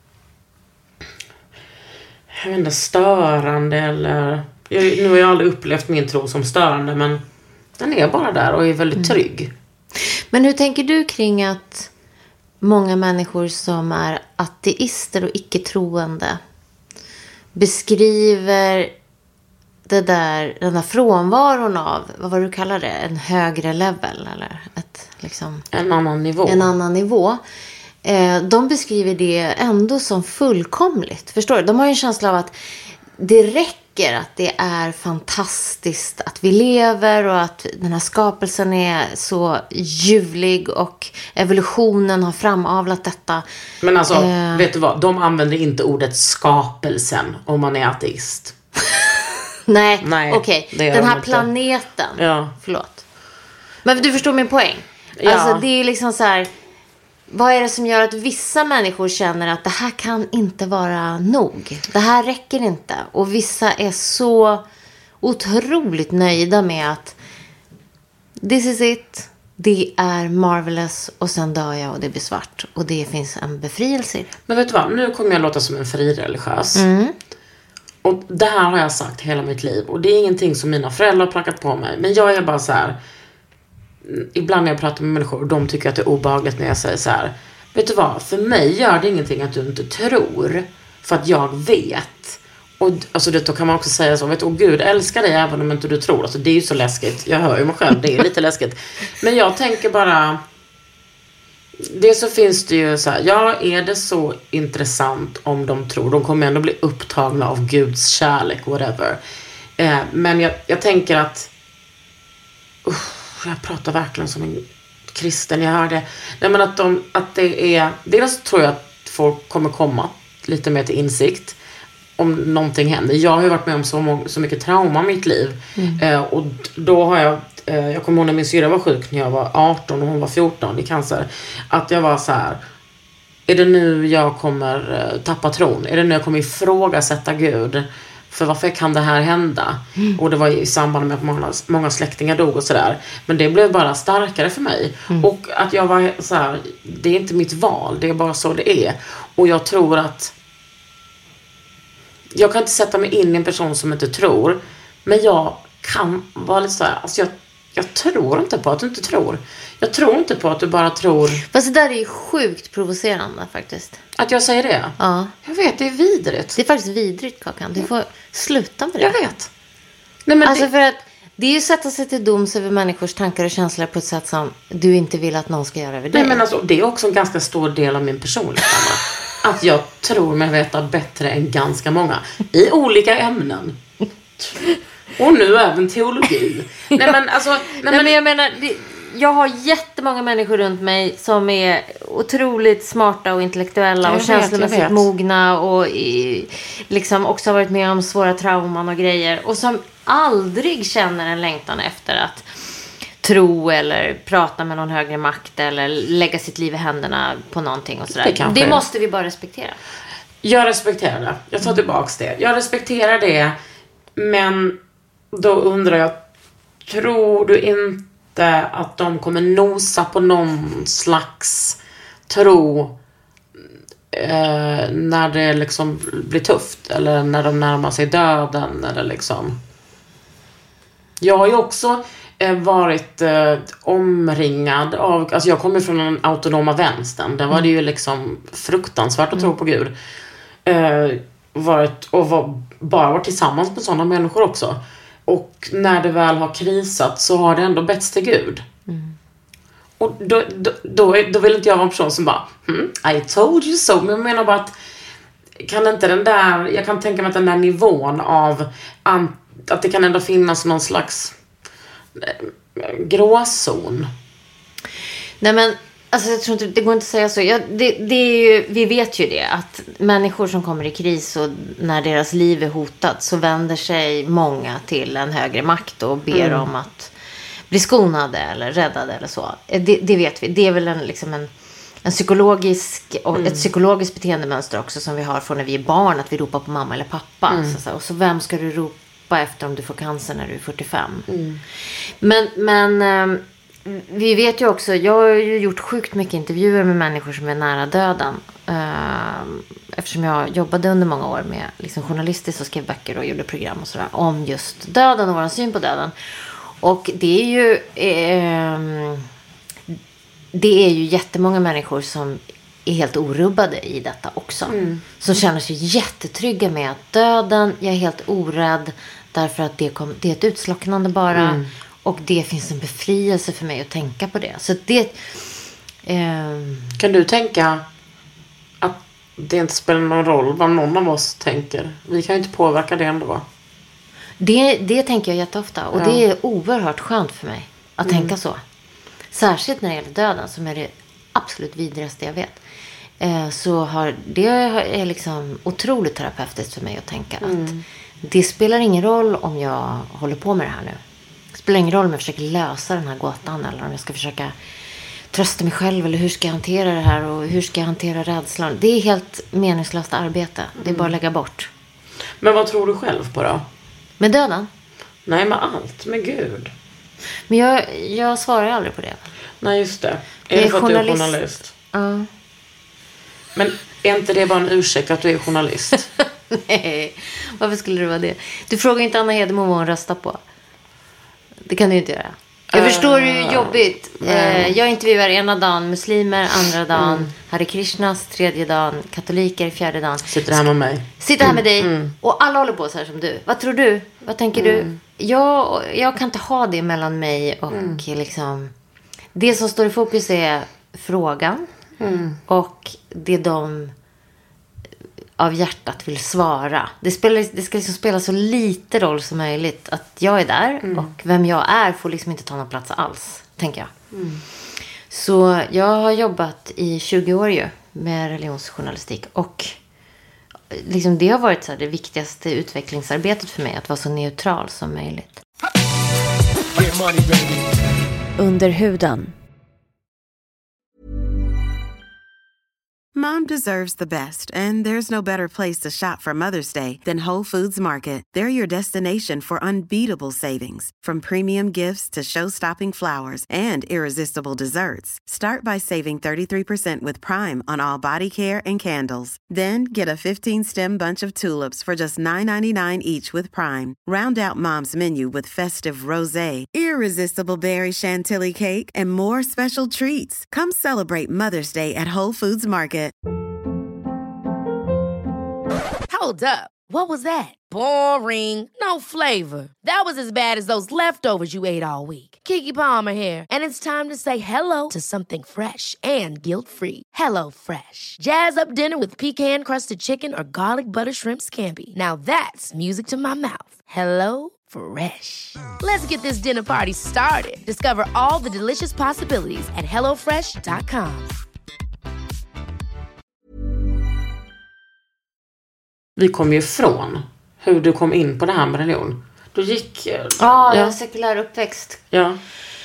jag vet inte, störande eller... Nu har jag aldrig upplevt min tro som störande, men den är bara där och är väldigt trygg. Men hur tänker du kring att många människor som är ateister och icke-troende beskriver den där frånvaron av, vad var det du kallar det? En högre level eller en annan nivå. De beskriver det ändå som fullkomligt. Förstår du? De har ju en känsla av att det räcker, att det är fantastiskt att vi lever och att den här skapelsen är så ljuvlig och evolutionen har framavlat detta. Men alltså, vet du vad? De använder inte ordet skapelsen om man är ateist. Nej, okej. Den här planeten. Ja. Förlåt. Men du förstår min poäng. Ja. Alltså det är liksom så här, vad är det som gör att vissa människor känner att det här kan inte vara nog? Det här räcker inte. Och vissa är så otroligt nöjda med att this is it. Det är marvelous och sen dör jag och det blir svart. Och det finns en befrielse. Men vet du vad? Nu kommer jag låta som en frireligiös. Och det här har jag sagt hela mitt liv. Och det är ingenting som mina föräldrar har prackat på mig. Men jag är bara så här... Ibland när jag pratar med människor och de tycker att det är obehagligt när jag säger så här: vet du vad, för mig gör det ingenting att du inte tror, för att jag vet. Och alltså då kan man också säga så, vet du, Gud älskar dig även om inte du tror. Alltså det är ju så läskigt. Jag hör ju mig själv, det är lite läskigt. Men jag tänker bara, det så finns det ju så här, ja, är det så intressant om de tror, de kommer ändå bli upptagna av Guds kärlek, whatever. Men jag tänker att jag pratar verkligen som en kristen, jag hör det. Nej, men att det är, dels tror jag att folk kommer komma lite mer till insikt om någonting händer. Jag har ju varit med om så mycket trauma i mitt liv. Och då har jag kommer ihåg när min syra var sjuk när jag var 18 och hon var 14 i cancer. Att jag var så här, är det nu jag kommer tappa tron? Är det nu jag kommer ifrågasätta Gud? För varför kan det här hända? Och det var i samband med att många släktingar dog och sådär. Men det blev bara starkare för mig. Och att jag var så här, det är inte mitt val, det är bara så det är. Och jag tror att jag kan inte sätta mig in i en person som inte tror. Men jag kan vara lite så här, alltså jag tror inte på att du inte tror. Jag tror inte på att du bara tror. Fast det där är ju sjukt provocerande faktiskt. Att jag säger det? Ja. Jag vet, det är vidrigt. Det är faktiskt vidrigt, Kakan. Du får sluta med det. Jag vet. Nej, men alltså för att det är ju sätta sig till doms över människors tankar och känslor på ett sätt som du inte vill att någon ska göra över dig. Nej, men alltså, det är också en ganska stor del av min personlighet. Att jag tror mig veta bättre än ganska många. I olika ämnen. Och nu även teologi. Nej, men alltså... men jag menar... Jag har jättemånga människor runt mig som är otroligt smarta och intellektuella och känslomässigt mogna och liksom också har varit med om svåra trauman och grejer och som aldrig känner en längtan efter att tro eller prata med någon högre makt eller lägga sitt liv i händerna på någonting och sådär. Det måste vi bara respektera. Jag respekterar det. Jag tar tillbaks det. Jag respekterar det, men då undrar jag, tror du inte att de kommer nosa på någon slags tro när det liksom blir tufft eller när de närmar sig döden eller liksom. Jag har ju också varit omringad av, alltså jag kommer från den autonoma vänstern, där var det ju liksom fruktansvärt att tro på Gud. Bara varit tillsammans med sådana människor också. Och när det väl har krisat så har det ändå betts till Gud. Och då vill inte jag vara en person som bara I told you so. Men jag menar bara att kan inte den där, jag kan tänka mig att den där nivån av att det kan ändå finnas någon slags gråzon. Nej, men alltså jag tror inte, det går inte att säga så. Det är ju, vi vet ju det, att människor som kommer i kris och när deras liv är hotat så vänder sig många till en högre makt och ber om att bli skonade eller räddade eller så. Det vet vi. Det är väl en psykologisk och ett psykologiskt beteendemönster också som vi har från när vi är barn, att vi ropar på mamma eller pappa. Och så vem ska du ropa efter om du får cancer när du är 45? Men vi vet ju också, jag har ju gjort sjukt mycket intervjuer med människor som är nära döden. Eftersom jag jobbade under många år med liksom journalistiskt och skrev böcker och gjorde program och sådär om just döden och vår syn på döden. Och det är ju jättemånga människor som är helt orubbade i detta också. Som känner sig jättetrygga med att döden, jag är helt orädd därför att det är ett utslocknande bara. Och det finns en befrielse för mig att tänka på det. Så det... Kan du tänka att det inte spelar någon roll vad någon av oss tänker? Vi kan ju inte påverka det ändå. Det tänker jag jätteofta. Och det är oerhört skönt för mig att tänka så. Särskilt när det gäller döden, som är det absolut vidrigaste jag vet. Det är liksom otroligt terapeutiskt för mig att tänka att det spelar ingen roll om jag håller på med det här nu. Det spelar ingen roll om jag försöker lösa den här gåtan eller om jag ska försöka trösta mig själv eller hur ska jag hantera det här och hur ska jag hantera rädslan. Det är helt meningslöst arbete. Det är bara att lägga bort. Men vad tror du själv på då? Med döden? Nej, med allt. Med Gud. Men jag svarar aldrig på det. Nej, just det. Är det för att du är journalist? Ja. Men är inte det bara en ursäkt att du är journalist? Nej, varför skulle det vara det? Du frågar inte Anna Hedemo vad hon röstar på. Det kan du inte göra. Jag förstår hur jobbigt. Jag intervjuar ena dagen muslimer, andra dagen Hare Krishnas, tredje dagen katoliker, fjärde dagen. Sitter här med mig. Sitter här med dig. Och alla håller på så här som du. Vad tror du? Vad tänker du? Jag kan inte ha det mellan mig och liksom... Det som står i fokus är frågan. Och det de av hjärtat vill svara. Det ska liksom spela så lite roll som möjligt att jag är där. Och vem jag är får liksom inte ta någon plats alls, tänker jag. Så jag har jobbat i 20 år ju med religionsjournalistik. Och liksom det har varit så här, det viktigaste utvecklingsarbetet för mig. Att vara så neutral som möjligt. Under huden. Mom deserves the best, and there's no better place to shop for Mother's Day than Whole Foods Market. They're your destination for unbeatable savings, from premium gifts to show-stopping flowers and irresistible desserts. Start by saving 33% with Prime on all body care and candles. Then get a 15-stem bunch of tulips for just $9.99 each with Prime. Round out Mom's menu with festive rosé, irresistible berry chantilly cake, and more special treats. Come celebrate Mother's Day at Whole Foods Market. Hold up. What was that? Boring. No flavor. That was as bad as those leftovers you ate all week. Keke Palmer here, and it's time to say hello to something fresh and guilt-free. Hello Fresh. Jazz up dinner with pecan-crusted chicken or garlic butter shrimp scampi. Now that's music to my mouth. Hello Fresh. Let's get this dinner party started. Discover all the delicious possibilities at hellofresh.com. Vi kom ju ifrån hur du kom in på det här med religion. Du gick... jag har sekulär uppväxt. Ja.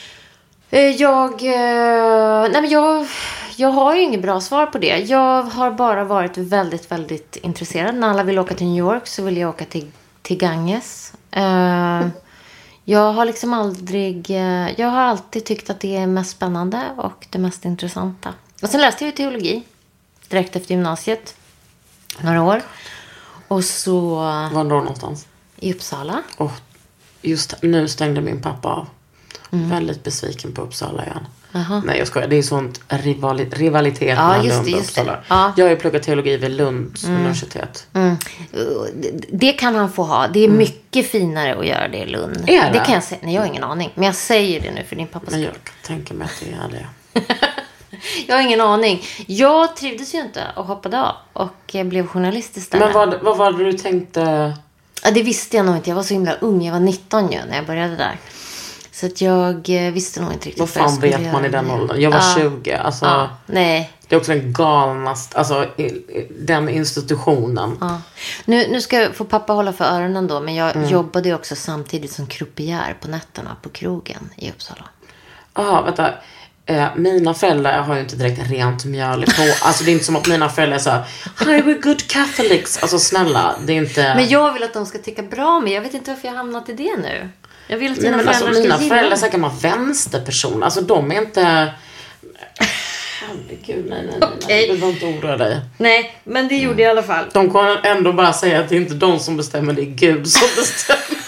Jag har ju inget bra svar på det. Jag har bara varit väldigt, väldigt intresserad. När alla vill åka till New York så vill jag åka till Ganges. Jag har liksom jag har alltid tyckt att det är mest spännande och det mest intressanta. Och sen läste jag ju teologi direkt efter gymnasiet. Några år. Och så... Var då någonstans? I Uppsala. Och just nu stängde min pappa av. Väldigt besviken på Uppsala igen. Aha. Nej, jag skojar. Det är sånt rivalitet mellan Lund och Uppsala. Ja. Jag har ju pluggat teologi vid Lunds universitet. Det kan han få ha. Det är mycket finare att göra det i Lund. Är det? Det kan jag säga. Nej, jag har ingen aning. Men jag säger det nu för din pappas Men skull. jag tänker mig att det är det. Jag har ingen aning. Jag trivdes ju inte och hoppade av. Och blev journalist istället. Men vad var det du tänkte? Ja, det visste jag nog inte. Jag var så himla ung. Jag var 19 när jag började där. Så att jag visste nog inte riktigt vad fan vet man i den åldern? Jag var 20. Alltså, nej. Det är också den galnaste, alltså den institutionen. Ja. Nu ska jag få pappa hålla för öronen då. Men jag jobbade ju också samtidigt som croupier på nätterna på krogen i Uppsala. Ja, vänta. Mina föräldrar har ju inte direkt rent mjöl på. Alltså det är inte som att mina föräldrar är så här: hi, we're good Catholics. Alltså snälla, det är inte... Men jag vill att de ska tycka bra med. Jag vet inte varför jag hamnat i det nu. Jag vill att dina föräldrar alltså, ska mina gilla. föräldrar är säkert man vänsterperson. Alltså de är inte... Herregud, nej. Okej. Du behöver inte oroa dig. Nej, men det gjorde jag i alla fall. De kommer ändå bara säga att det är inte de som bestämmer, det är Gud som bestämmer.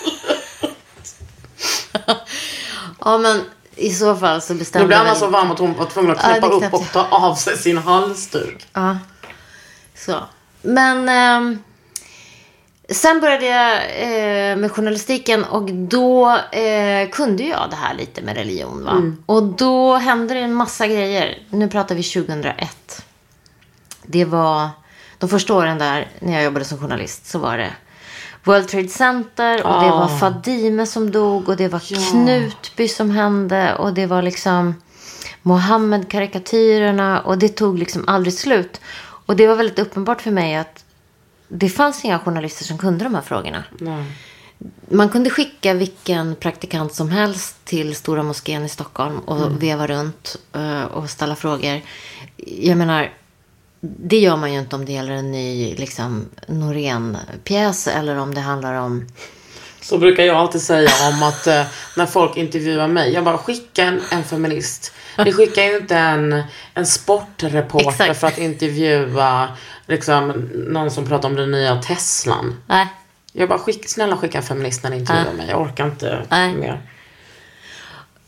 Ja, men i så fall så bestämde... Nu blir Anna så varm att hon var tvungen att klippa upp knappt. och ta av sig sin halsduk. Ja, så. Men sen började jag med journalistiken och då kunde jag det här lite med religion, va? Och då hände det en massa grejer. Nu pratar vi 2001. Det var de första åren där när jag jobbade som journalist, så var det World Trade Center och det var Fadime som dog och det var Knutby som hände och det var liksom Mohammed-karikatyrerna och det tog liksom aldrig slut. Och det var väldigt uppenbart för mig att det fanns inga journalister som kunde de här frågorna. Nej. Man kunde skicka vilken praktikant som helst till Stora moskén i Stockholm och veva runt och ställa frågor. Jag menar, det gör man ju inte om det gäller en ny liksom Norén-pjäs eller om det handlar om... Så brukar jag alltid säga om att när folk intervjuar mig, jag bara skicka en feminist. Vi skickar ju inte en sportreporter Exakt. för att intervjua liksom, någon som pratar om den nya Teslan. Nej. Jag bara snälla skicka en feminist när ni intervjuar mig. Jag orkar inte mer.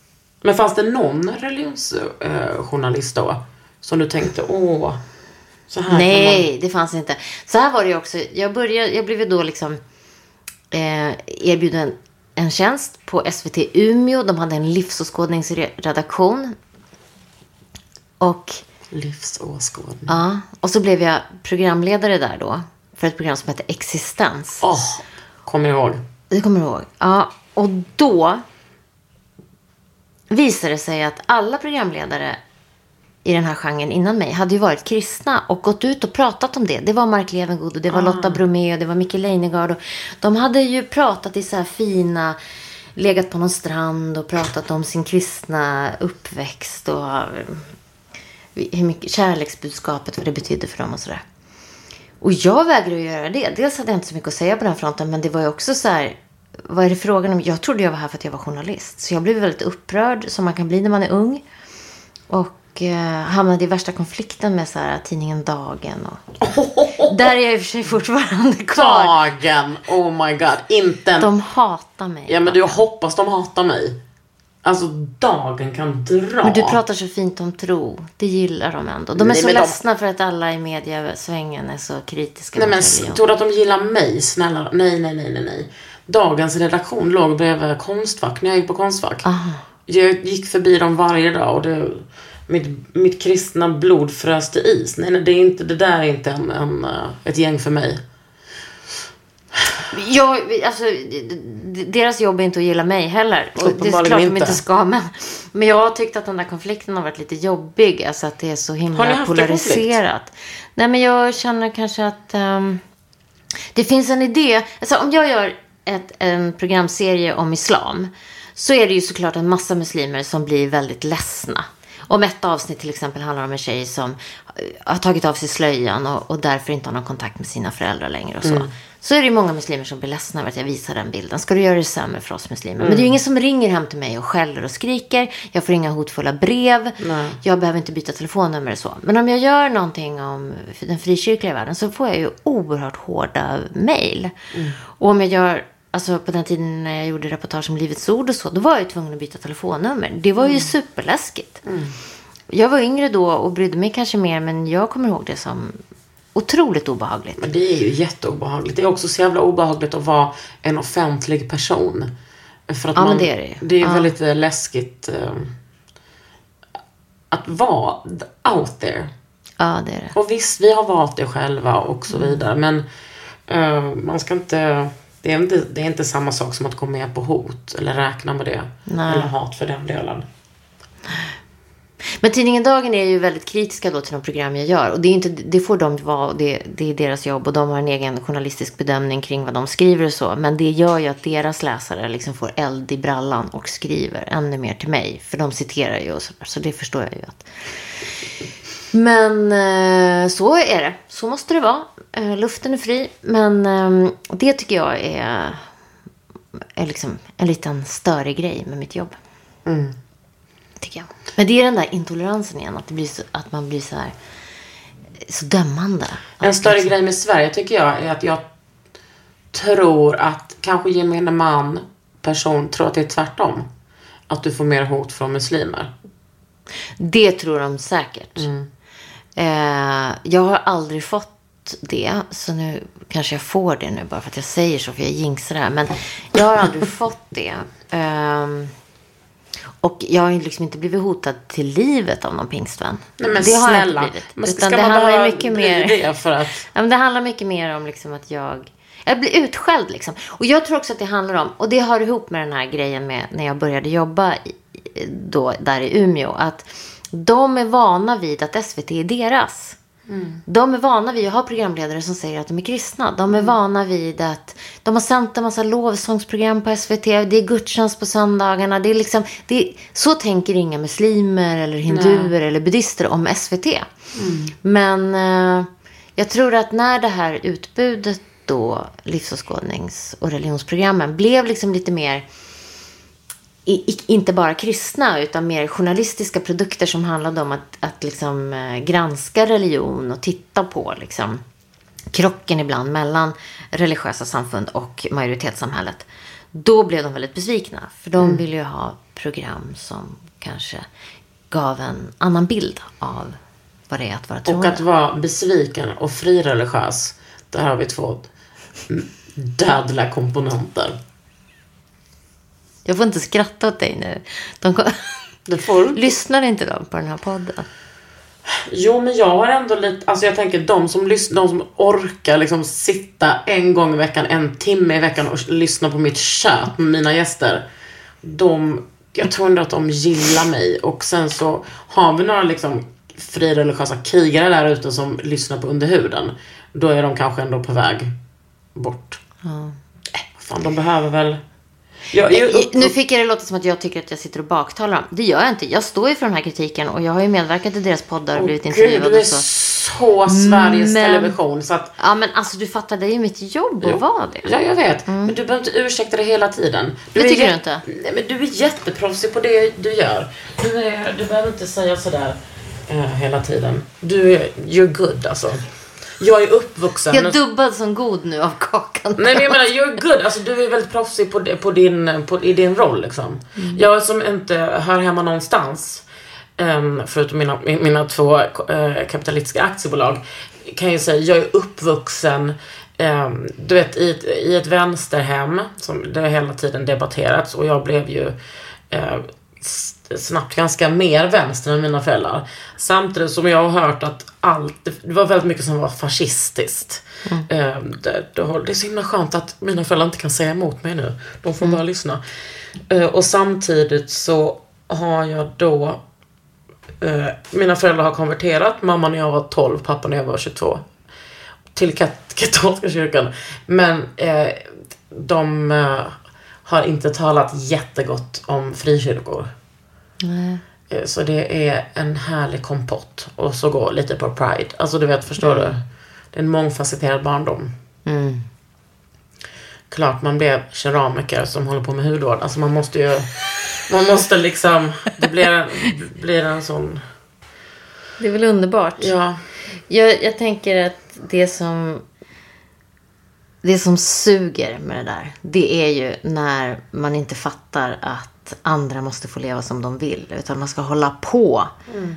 Men fanns det någon religionsjournalist då som du tänkte, så här? Nej, det fanns inte. Så här var det ju också. Jag blev ju då liksom erbjuden en tjänst på SVT Umeå. De hade en livsåskådningsredaktion. Och livsåskådning. Ja, och så blev jag programledare där då. För ett program som heter Existens. Kommer jag ihåg. Det kommer jag ihåg. Ja, och då visade det sig att alla programledare i den här genren innan mig hade ju varit kristna och gått ut och pratat om det. Det var Mark Levengood och det var Lotta Bromé och det var Micke Leijnegard. Och de hade ju pratat i så här fina, legat på någon strand och pratat om sin kristna uppväxt och hur mycket kärleksbudskapet, vad det betydde för dem och sådär. Och jag vägrade göra det. Dels hade jag inte så mycket att säga på den fronten, men det var ju också så här, vad är det frågan om? Jag trodde jag var här för att jag var journalist. Så jag blev väldigt upprörd, som man kan bli när man är ung. Och hamnade i värsta konflikten med så här, tidningen Dagen. Och där är jag i och för sig fortfarande kvar. Dagen, oh my god. Inte De hatar mig. Ja, men du hoppas de hatar mig. Alltså, Dagen kan dra. Men du pratar så fint om tro. Det gillar de ändå. De är så ledsna för att alla i mediasvängen är så kritiska. Nej, men tror du att de gillar mig? Snälla. Nej. Dagens redaktion låg bredvid Konstfack. När jag gick på Konstfack. Jag gick förbi dem varje dag. Och mitt kristna blod frös till is. Nej, det där är inte ett gäng för mig. Deras jobb är inte att gilla mig heller. Och det är klart de inte ska. Men jag har tyckt att den där konflikten har varit lite jobbig. Alltså att det är så himla polariserat. Nej, men jag känner kanske att det finns en idé. Alltså om jag gör en programserie om islam, så är det ju såklart en massa muslimer som blir väldigt ledsna. Om ett avsnitt till exempel handlar om en tjej som har tagit av sig slöjan och därför inte har någon kontakt med sina föräldrar längre och så. Så är det ju många muslimer som blir ledsna över att jag visar den bilden. Ska du göra det sämre för oss muslimer? Men det är ju ingen som ringer hem till mig och skäller och skriker. Jag får inga hotfulla brev. Nej. Jag behöver inte byta telefonnummer och så. Men om jag gör någonting om den frikyrkliga världen, så får jag ju oerhört hårda mejl. Och om jag gör... Alltså på den tiden när jag gjorde reportage om Livets ord och så, då var jag tvungen att byta telefonnummer. Det var ju superläskigt. Jag var yngre då och brydde mig kanske mer, men jag kommer ihåg det som otroligt obehagligt. Men det är ju jätteobehagligt. Det är också så jävla obehagligt att vara en offentlig person. För att men det är det ju. Det är väldigt läskigt att vara out there. Ja, det är det. Och visst, vi har valt det själva och så vidare. Men man ska inte... Det är inte samma sak som att gå med på hot eller räkna med det. Nej. Eller hat för den delen. Men tidningen Dagen är ju väldigt kritiska då till de program jag gör. Och det får de vara, det är deras jobb. Och de har en egen journalistisk bedömning kring vad de skriver och så. Men det gör ju att deras läsare liksom får eld i brallan och skriver ännu mer till mig. För de citerar ju och så det förstår jag ju att... Men så är det. Så måste det vara. Luften är fri. Men det tycker jag är liksom en liten större grej med mitt jobb. Tycker jag. Men det är den där intoleransen igen. Att man blir så här så dömande. En större grej med Sverige tycker jag är att jag tror att kanske gemene man person tror att det är tvärtom. Att du får mer hot från muslimer. Det tror de säkert. Jag har aldrig fått det, så nu kanske jag får det nu bara för att jag säger så, för jag jinxar det här, men jag har aldrig fått det. Och jag har ju liksom inte blivit hotad till livet av någon pingstvän. Nej, men det har snälla, jag inte blivit. men utan det handlar mycket mer det för att... ja, men det handlar mycket mer om liksom att jag blir utskälld liksom. Och jag tror också att det handlar om, och det har ihop med den här grejen med när jag började jobba då, där i Umeå, att de är vana vid att SVT är deras. De är vana vid att ha programledare som säger att de är kristna. De är vana vid att de har sänt en massa lovsångsprogram på SVT. Det är gudstjänst på söndagarna. Det är liksom, så tänker inga muslimer eller hinduer eller buddhister om SVT. Men jag tror att när det här utbudet då, livsåskådnings- och religionsprogrammen, blev liksom lite mer inte bara kristna utan mer journalistiska produkter som handlade om att liksom granska religion och titta på liksom krocken ibland mellan religiösa samfund och majoritetssamhället. Då blev de väldigt besvikna. För de ville ju ha program som kanske gav en annan bild av vad det är att vara troende. Och att vara besviken och frireligiös. Där har vi 2 dödliga komponenter. Jag får inte skratta åt dig nu. Du får... Lyssnar inte de på den här podden? Jo, men jag har ändå lite... Alltså jag tänker, de som orkar liksom sitta en gång i veckan, 1 timme i veckan och lyssna på mitt kött med mina gäster. Jag tror ändå att de gillar mig. Och sen så har vi några liksom frireligiösa krigare där ute som lyssnar på Under huden. Då är de kanske ändå på väg bort. Fan, de behöver väl... Nu fick jag det låta som att jag tycker att jag sitter och baktalar dem. Det gör jag inte. Jag står ju för den här kritiken och jag har ju medverkat i deras poddar och blivit intervjuad. Du är så Sveriges television så att... Ja, men alltså du fattar, det är ju mitt jobb att vara det. Ja, jag vet. Men du behöver inte ursäkta det hela tiden. Det tycker du inte? Nej, men du är jätteproffsig på det du gör. Du behöver inte säga sådär hela tiden. You're good, alltså. Jag är uppvuxen. Jag är dubbad som god nu av kakan. Nej, men jag menar, you're good. Alltså, du är väldigt proffsig i din roll liksom. Jag som inte hör hemma någonstans, förutom mina 2 kapitalistiska aktiebolag, kan jag säga, jag är uppvuxen du vet, i ett vänsterhem som det har hela tiden debatterats, och jag blev ju snabbt ganska mer vänster än mina föräldrar. Samtidigt som jag har hört att det var väldigt mycket som var fascistiskt. Det är så himla skönt att mina föräldrar inte kan säga emot mig nu. De får bara lyssna. Och samtidigt så har jag då mina föräldrar har konverterat. Mamma när jag var 12, pappa när jag var 22. Till katolska kyrkan. Men de har inte talat jättegott om frikyrkor. Nej. Så det är en härlig kompott. Och så går lite på Pride. Alltså du vet, förstår du? Det är en mångfacetterad barndom. Klart man blev keramiker som håller på med hudvård. Alltså man måste liksom, det blir en sån... Det är väl underbart. Ja. Jag tänker att det som suger med det där, det är ju när man inte fattar att andra måste få leva som de vill, utan man ska hålla på.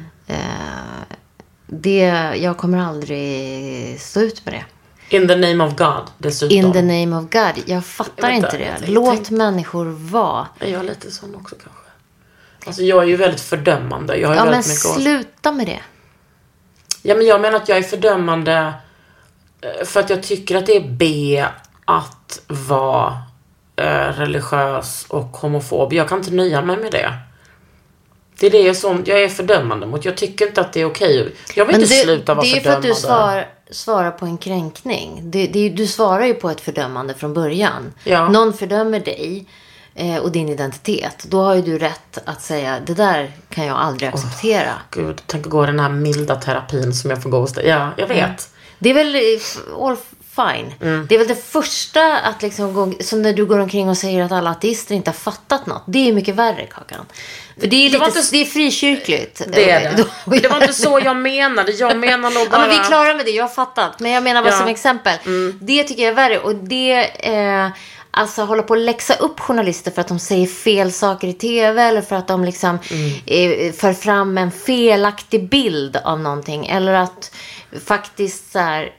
Jag kommer aldrig stå ut med det. In the name of God, dessutom. In the name of God. Jag fattar inte det. Låt människor vara. Jag är lite sån också kanske. Alltså jag är ju väldigt fördömande. Jag har men väldigt mycket sluta med det. Ja, men jag menar att jag är fördömande för att jag tycker att det är B att vara religiös och homofob. Jag kan inte nöja mig med det. Det är det som jag är fördömande mot. Jag tycker inte att det är okej. Jag vill inte sluta vara fördömande. Det är för att du svarar på en kränkning. Du svarar ju på ett fördömande från början. Ja. Någon fördömer dig och din identitet. Då har ju du rätt att säga, det där kan jag aldrig acceptera. Gud, tänk att gå den här milda terapin som jag får gå hos dig. Ja, jag vet. Det är väl all fine. Det är väl det första att liksom gå, som när du går omkring och säger att alla ateister inte har fattat något. Det är mycket värre, Kakan. För det är det är frikyrkligt. Det är det. Det var inte så jag menade. Jag menar nog bara... Ja, men vi är klara med det, jag har fattat. Men jag menar bara som exempel. Det tycker jag är värre. Och det alltså hålla på att läxa upp journalister för att de säger fel saker i tv, eller för att de liksom för fram en felaktig bild av någonting, eller att faktiskt så här,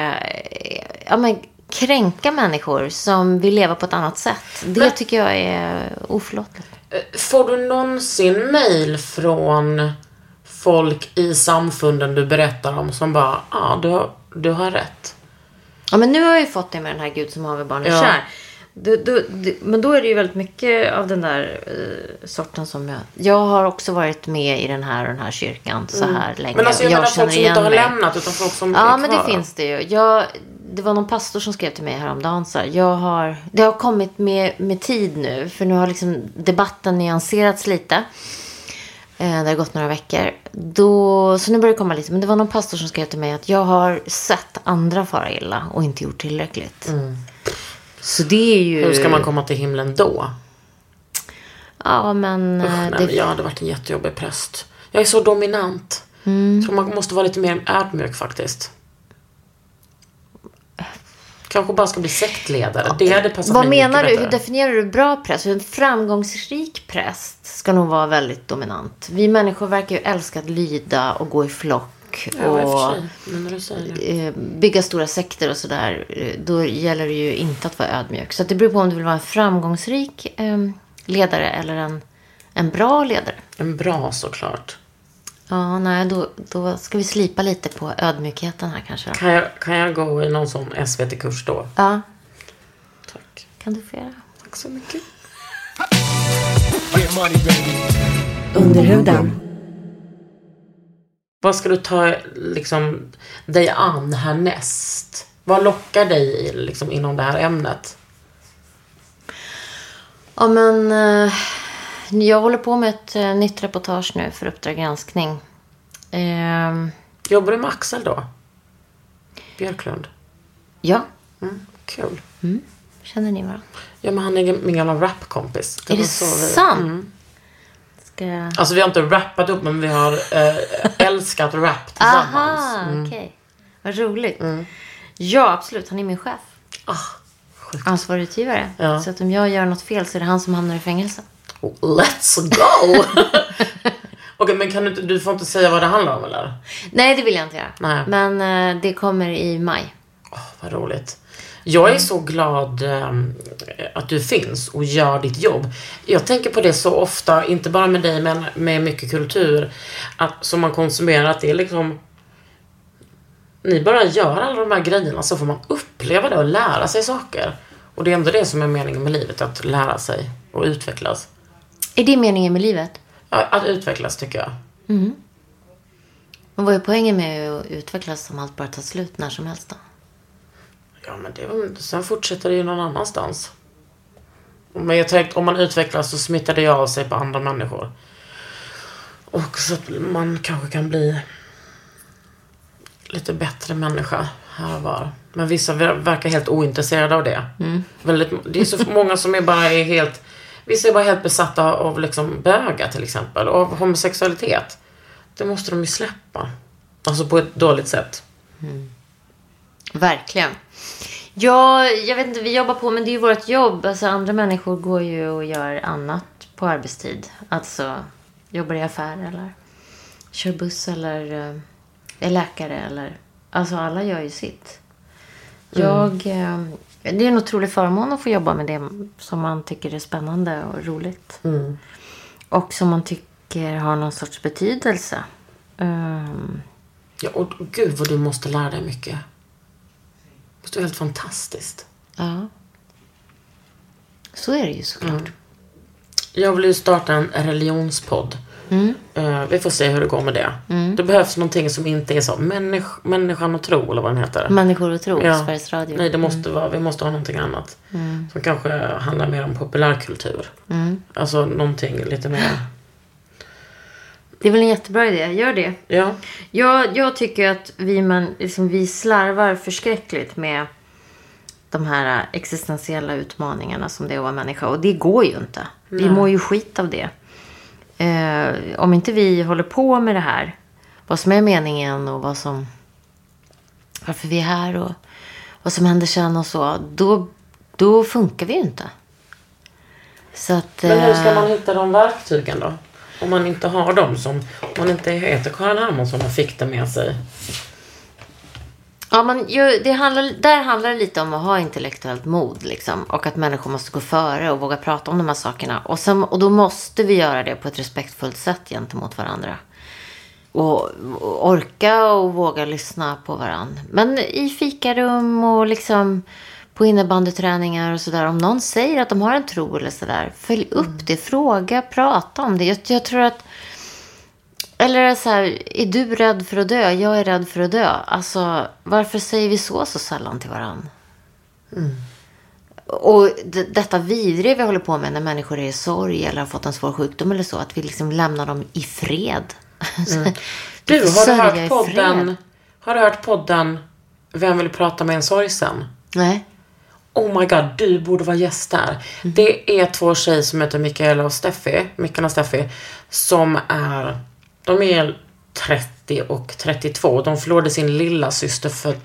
kränka människor som vill leva på ett annat sätt. Det tycker jag är oförlåtligt. Får du någonsin mejl från folk i samfunden du berättar om som bara, du har rätt? Ja, men nu har jag ju fått det med den här Gud som haver barn är kär. Men då är det ju väldigt mycket av den där sorten som jag har också varit med i den här kyrkan så här länge. Men alltså jag menar folk som inte har lämnat, utan folk som är kvar. Men det finns det ju. Det var någon pastor som skrev till mig häromdagen så här, det har kommit med tid nu, för nu har liksom debatten nyanserats lite. Det har gått några veckor. Så nu börjar det komma lite. Men det var någon pastor som skrev till mig att jag har sett andra fara illa och inte gjort tillräckligt. Så det är ju... Hur ska man komma till himlen då? Ja, men... Jag hade varit en jättejobbig präst. Jag är så dominant. Så man måste vara lite mer ödmjuk faktiskt. Kanske bara ska bli sektledare. Det hade passat Vad mig menar mycket du? bättre. Hur definierar du bra präst? En framgångsrik präst ska nog vara väldigt dominant. Vi människor verkar ju älska att lyda och gå i flock. Ja, i och för Och sig. Men när du säger det. bygga stora sekter och sådär. Då gäller det ju inte att vara ödmjuk. Så att det beror på om du vill vara en framgångsrik ledare eller en bra ledare. En bra såklart. Ja, nej, då ska vi slipa lite på ödmjukheten här kanske. Då. Kan jag gå i någon sån SVT-kurs då? Ja, Tack. kan du få göra. Tack så mycket. Under huden. Vad ska du ta liksom, dig an härnäst? Vad lockar dig liksom, inom det här ämnet? Ja, men jag håller på med ett nytt reportage nu för Uppdrag granskning. Jobbar du med Axel då? Björklund? Ja, Kul. känner ni varandra? Ja, men han är min gamla rapkompis. Är det sant? Ska jag... Alltså vi har inte rappat upp, men vi har älskat rap tillsammans. Aha, okej. Vad roligt. Ja, absolut. Han är min chef. Ansvarig utgivare. Ja. Så att om jag gör något fel så är det han som hamnar i fängelse. Let's go! Okej, men du får inte säga vad det handlar om, eller? Nej, det vill jag inte göra. Nej. Men det kommer i maj. Vad roligt. Jag är så glad att du finns och gör ditt jobb. Jag tänker på det så ofta, inte bara med dig men med mycket kultur som man konsumerar, att det är liksom, ni bara gör alla de här grejerna så får man uppleva det och lära sig saker. Och det är ändå det som är meningen med livet, att lära sig och utvecklas. Är det meningen med livet? Ja, att utvecklas tycker jag. Men vad är poängen med att utvecklas om allt bara tar slut när som helst då? Ja, men sen fortsätter det ju någon annanstans. Men jag tänkte, om man utvecklas så smittar det av sig på andra människor. Och så att man kanske kan bli lite bättre människa här och var. Men vissa verkar helt ointresserade av det. Det är så många som är helt... Vissa är bara helt besatta av liksom bögar till exempel. Och av homosexualitet. Det måste de ju släppa. Alltså på ett dåligt sätt. Verkligen. Ja, jag vet inte, vi jobbar på, men det är ju vårt jobb. Alltså andra människor går ju och gör annat på arbetstid. Alltså jobbar i affär eller kör buss eller är läkare eller... Alltså alla gör ju sitt. Det är en otrolig förmån att få jobba med det som man tycker är spännande och roligt. Och som man tycker har någon sorts betydelse. Ja, och gud vad du måste lära dig mycket. Det är helt fantastiskt. Ja. Så är det ju såklart. Jag vill ju starta en religionspodd. Vi får se hur det går med det. Det behövs någonting som inte är så människan och tro, eller vad den heter. Människor och tro, Sveriges Radio. Nej, det måste vara, vi måste ha någonting annat. Som kanske handlar mer om populärkultur. Alltså någonting lite mer... Det är väl en jättebra idé, gör det. Ja. Jag tycker att vi slarvar förskräckligt med de här existentiella utmaningarna som det är att vara människa. Och det går ju inte. Vi mår ju skit av det. Om inte vi håller på med det här, vad som är meningen och varför vi är här och vad som händer sen och så, då funkar vi ju inte. Så att, Men hur ska man hitta de verktygen då? Om man inte har dem, om man inte heter Karin Hermansson och fick det med sig. Ja, där handlar det lite om att ha intellektuellt mod liksom, och att människor måste gå före och våga prata om de här sakerna. Och då måste vi göra det på ett respektfullt sätt gentemot varandra. Och orka och våga lyssna på varandra. Men i fikarum och liksom på innebandyträningar och sådär. Om någon säger att de har en tro eller sådär, följ upp det, fråga, prata om det. Jag tror att... Eller så här, är du rädd för att dö? Jag är rädd för att dö. Alltså, varför säger vi så sällan till varandra? Och detta vidriga vi håller på med när människor är i sorg eller har fått en svår sjukdom eller så, att vi liksom lämnar dem i fred. Du, har du hört podden Vem vill prata med en sorgsen? Nej. Oh my god, du borde vara gäst där. Det är 2 tjejer som heter Mikaela och Steffi, som de är 30 och 32. De förlorade sin lilla syster för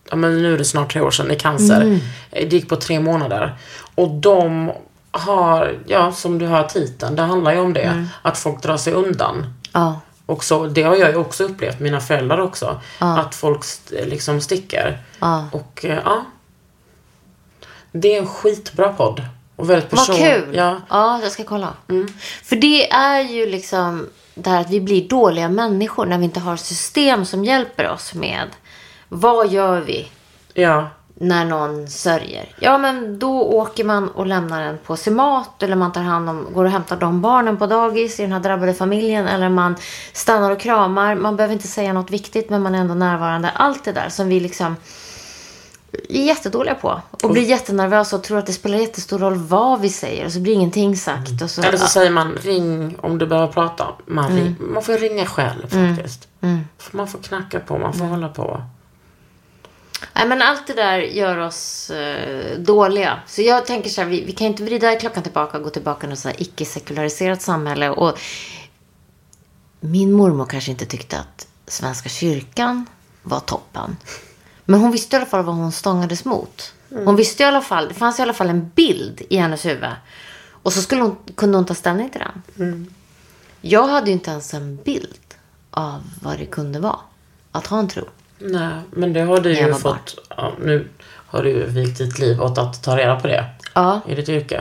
ja, men nu är det snart 3 år sedan, i cancer. Det gick på 3 månader. Och de har, ja, som du hör titeln, det handlar ju om det. Att folk drar sig undan. Ja. Och så, det har jag ju också upplevt, mina föräldrar också. Att folk liksom sticker. Och ja, det är en skitbra podd. Och väldigt Vad kul. Ja, jag ska kolla. För det är ju liksom det här att vi blir dåliga människor när vi inte har system som hjälper oss med vad gör vi när någon sörjer. Ja, men då åker man och lämnar en påse mat, eller man tar hand om, går och hämtar de barnen på dagis i den här drabbade familjen, eller man stannar och kramar. Man behöver inte säga något viktigt, men man är ändå närvarande. Allt det där som vi liksom är jättedåliga på. Och blir jättenervösa och tror att det spelar jättestor roll vad vi säger. Och så blir ingenting sagt. Och så, eller så säger man, ring om du behöver prata. Man får ringa själv faktiskt. Man får knacka på, man får hålla på. Nej, men allt det där gör oss dåliga. Så jag tänker så här, vi kan inte vrida klockan tillbaka och gå tillbaka till ett icke-sekulariserat samhälle. Och min mormor kanske inte tyckte att Svenska kyrkan var toppen. Men hon visste i alla fall vad hon stångades mot. Hon visste i alla fall, det fanns i alla fall en bild i hennes huvud. Och så kunde hon ta ställning till den. Jag hade ju inte ens en bild av vad det kunde vara att ha en tro. Nej, men det har du ju fått. Ja, nu har du ju vikt ditt liv åt att ta reda på det. Ja. I ditt yrke.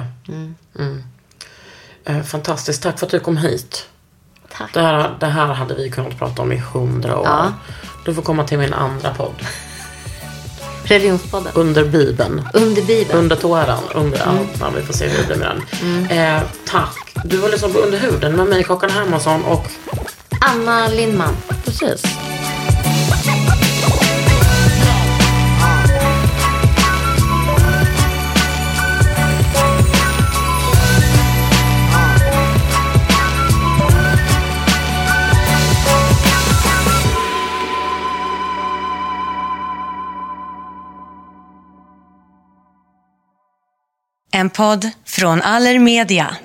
Fantastiskt, tack för att du kom hit. Tack. Det här hade vi kunnat prata om i 100 år. Ja. Du får komma till min andra podd. Religionspodden. Under Bibeln. Under Bibeln. Under tåran. Ja, vi får se hur det blir med den. Tack. Du var liksom på Under huden med mig, Kakan Hermansson och Anna Lindman. Precis. En podd från Allermedia.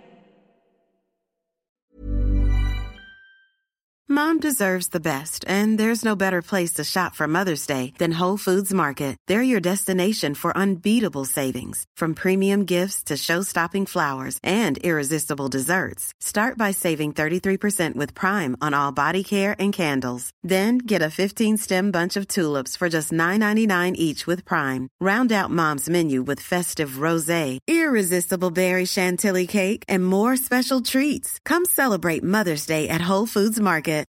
Mom deserves the best, and there's no better place to shop for Mother's Day than Whole Foods Market. They're your destination for unbeatable savings, from premium gifts to show-stopping flowers and irresistible desserts. Start by saving 33% with Prime on all body care and candles. Then get a 15-stem bunch of tulips for just $9.99 each with Prime. Round out Mom's menu with festive rosé, irresistible berry chantilly cake, and more special treats. Come celebrate Mother's Day at Whole Foods Market.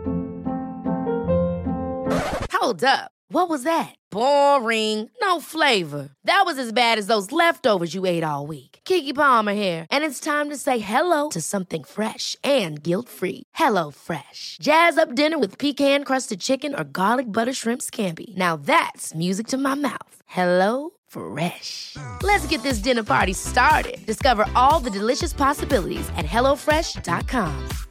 Hold up. What was that? Boring. No flavor. That was as bad as those leftovers you ate all week. Keke Palmer here, and it's time to say hello to something fresh and guilt-free. Hello Fresh. Jazz up dinner with pecan-crusted chicken or garlic butter shrimp scampi. Now that's music to my mouth. Hello Fresh. Let's get this dinner party started. Discover all the delicious possibilities at HelloFresh.com.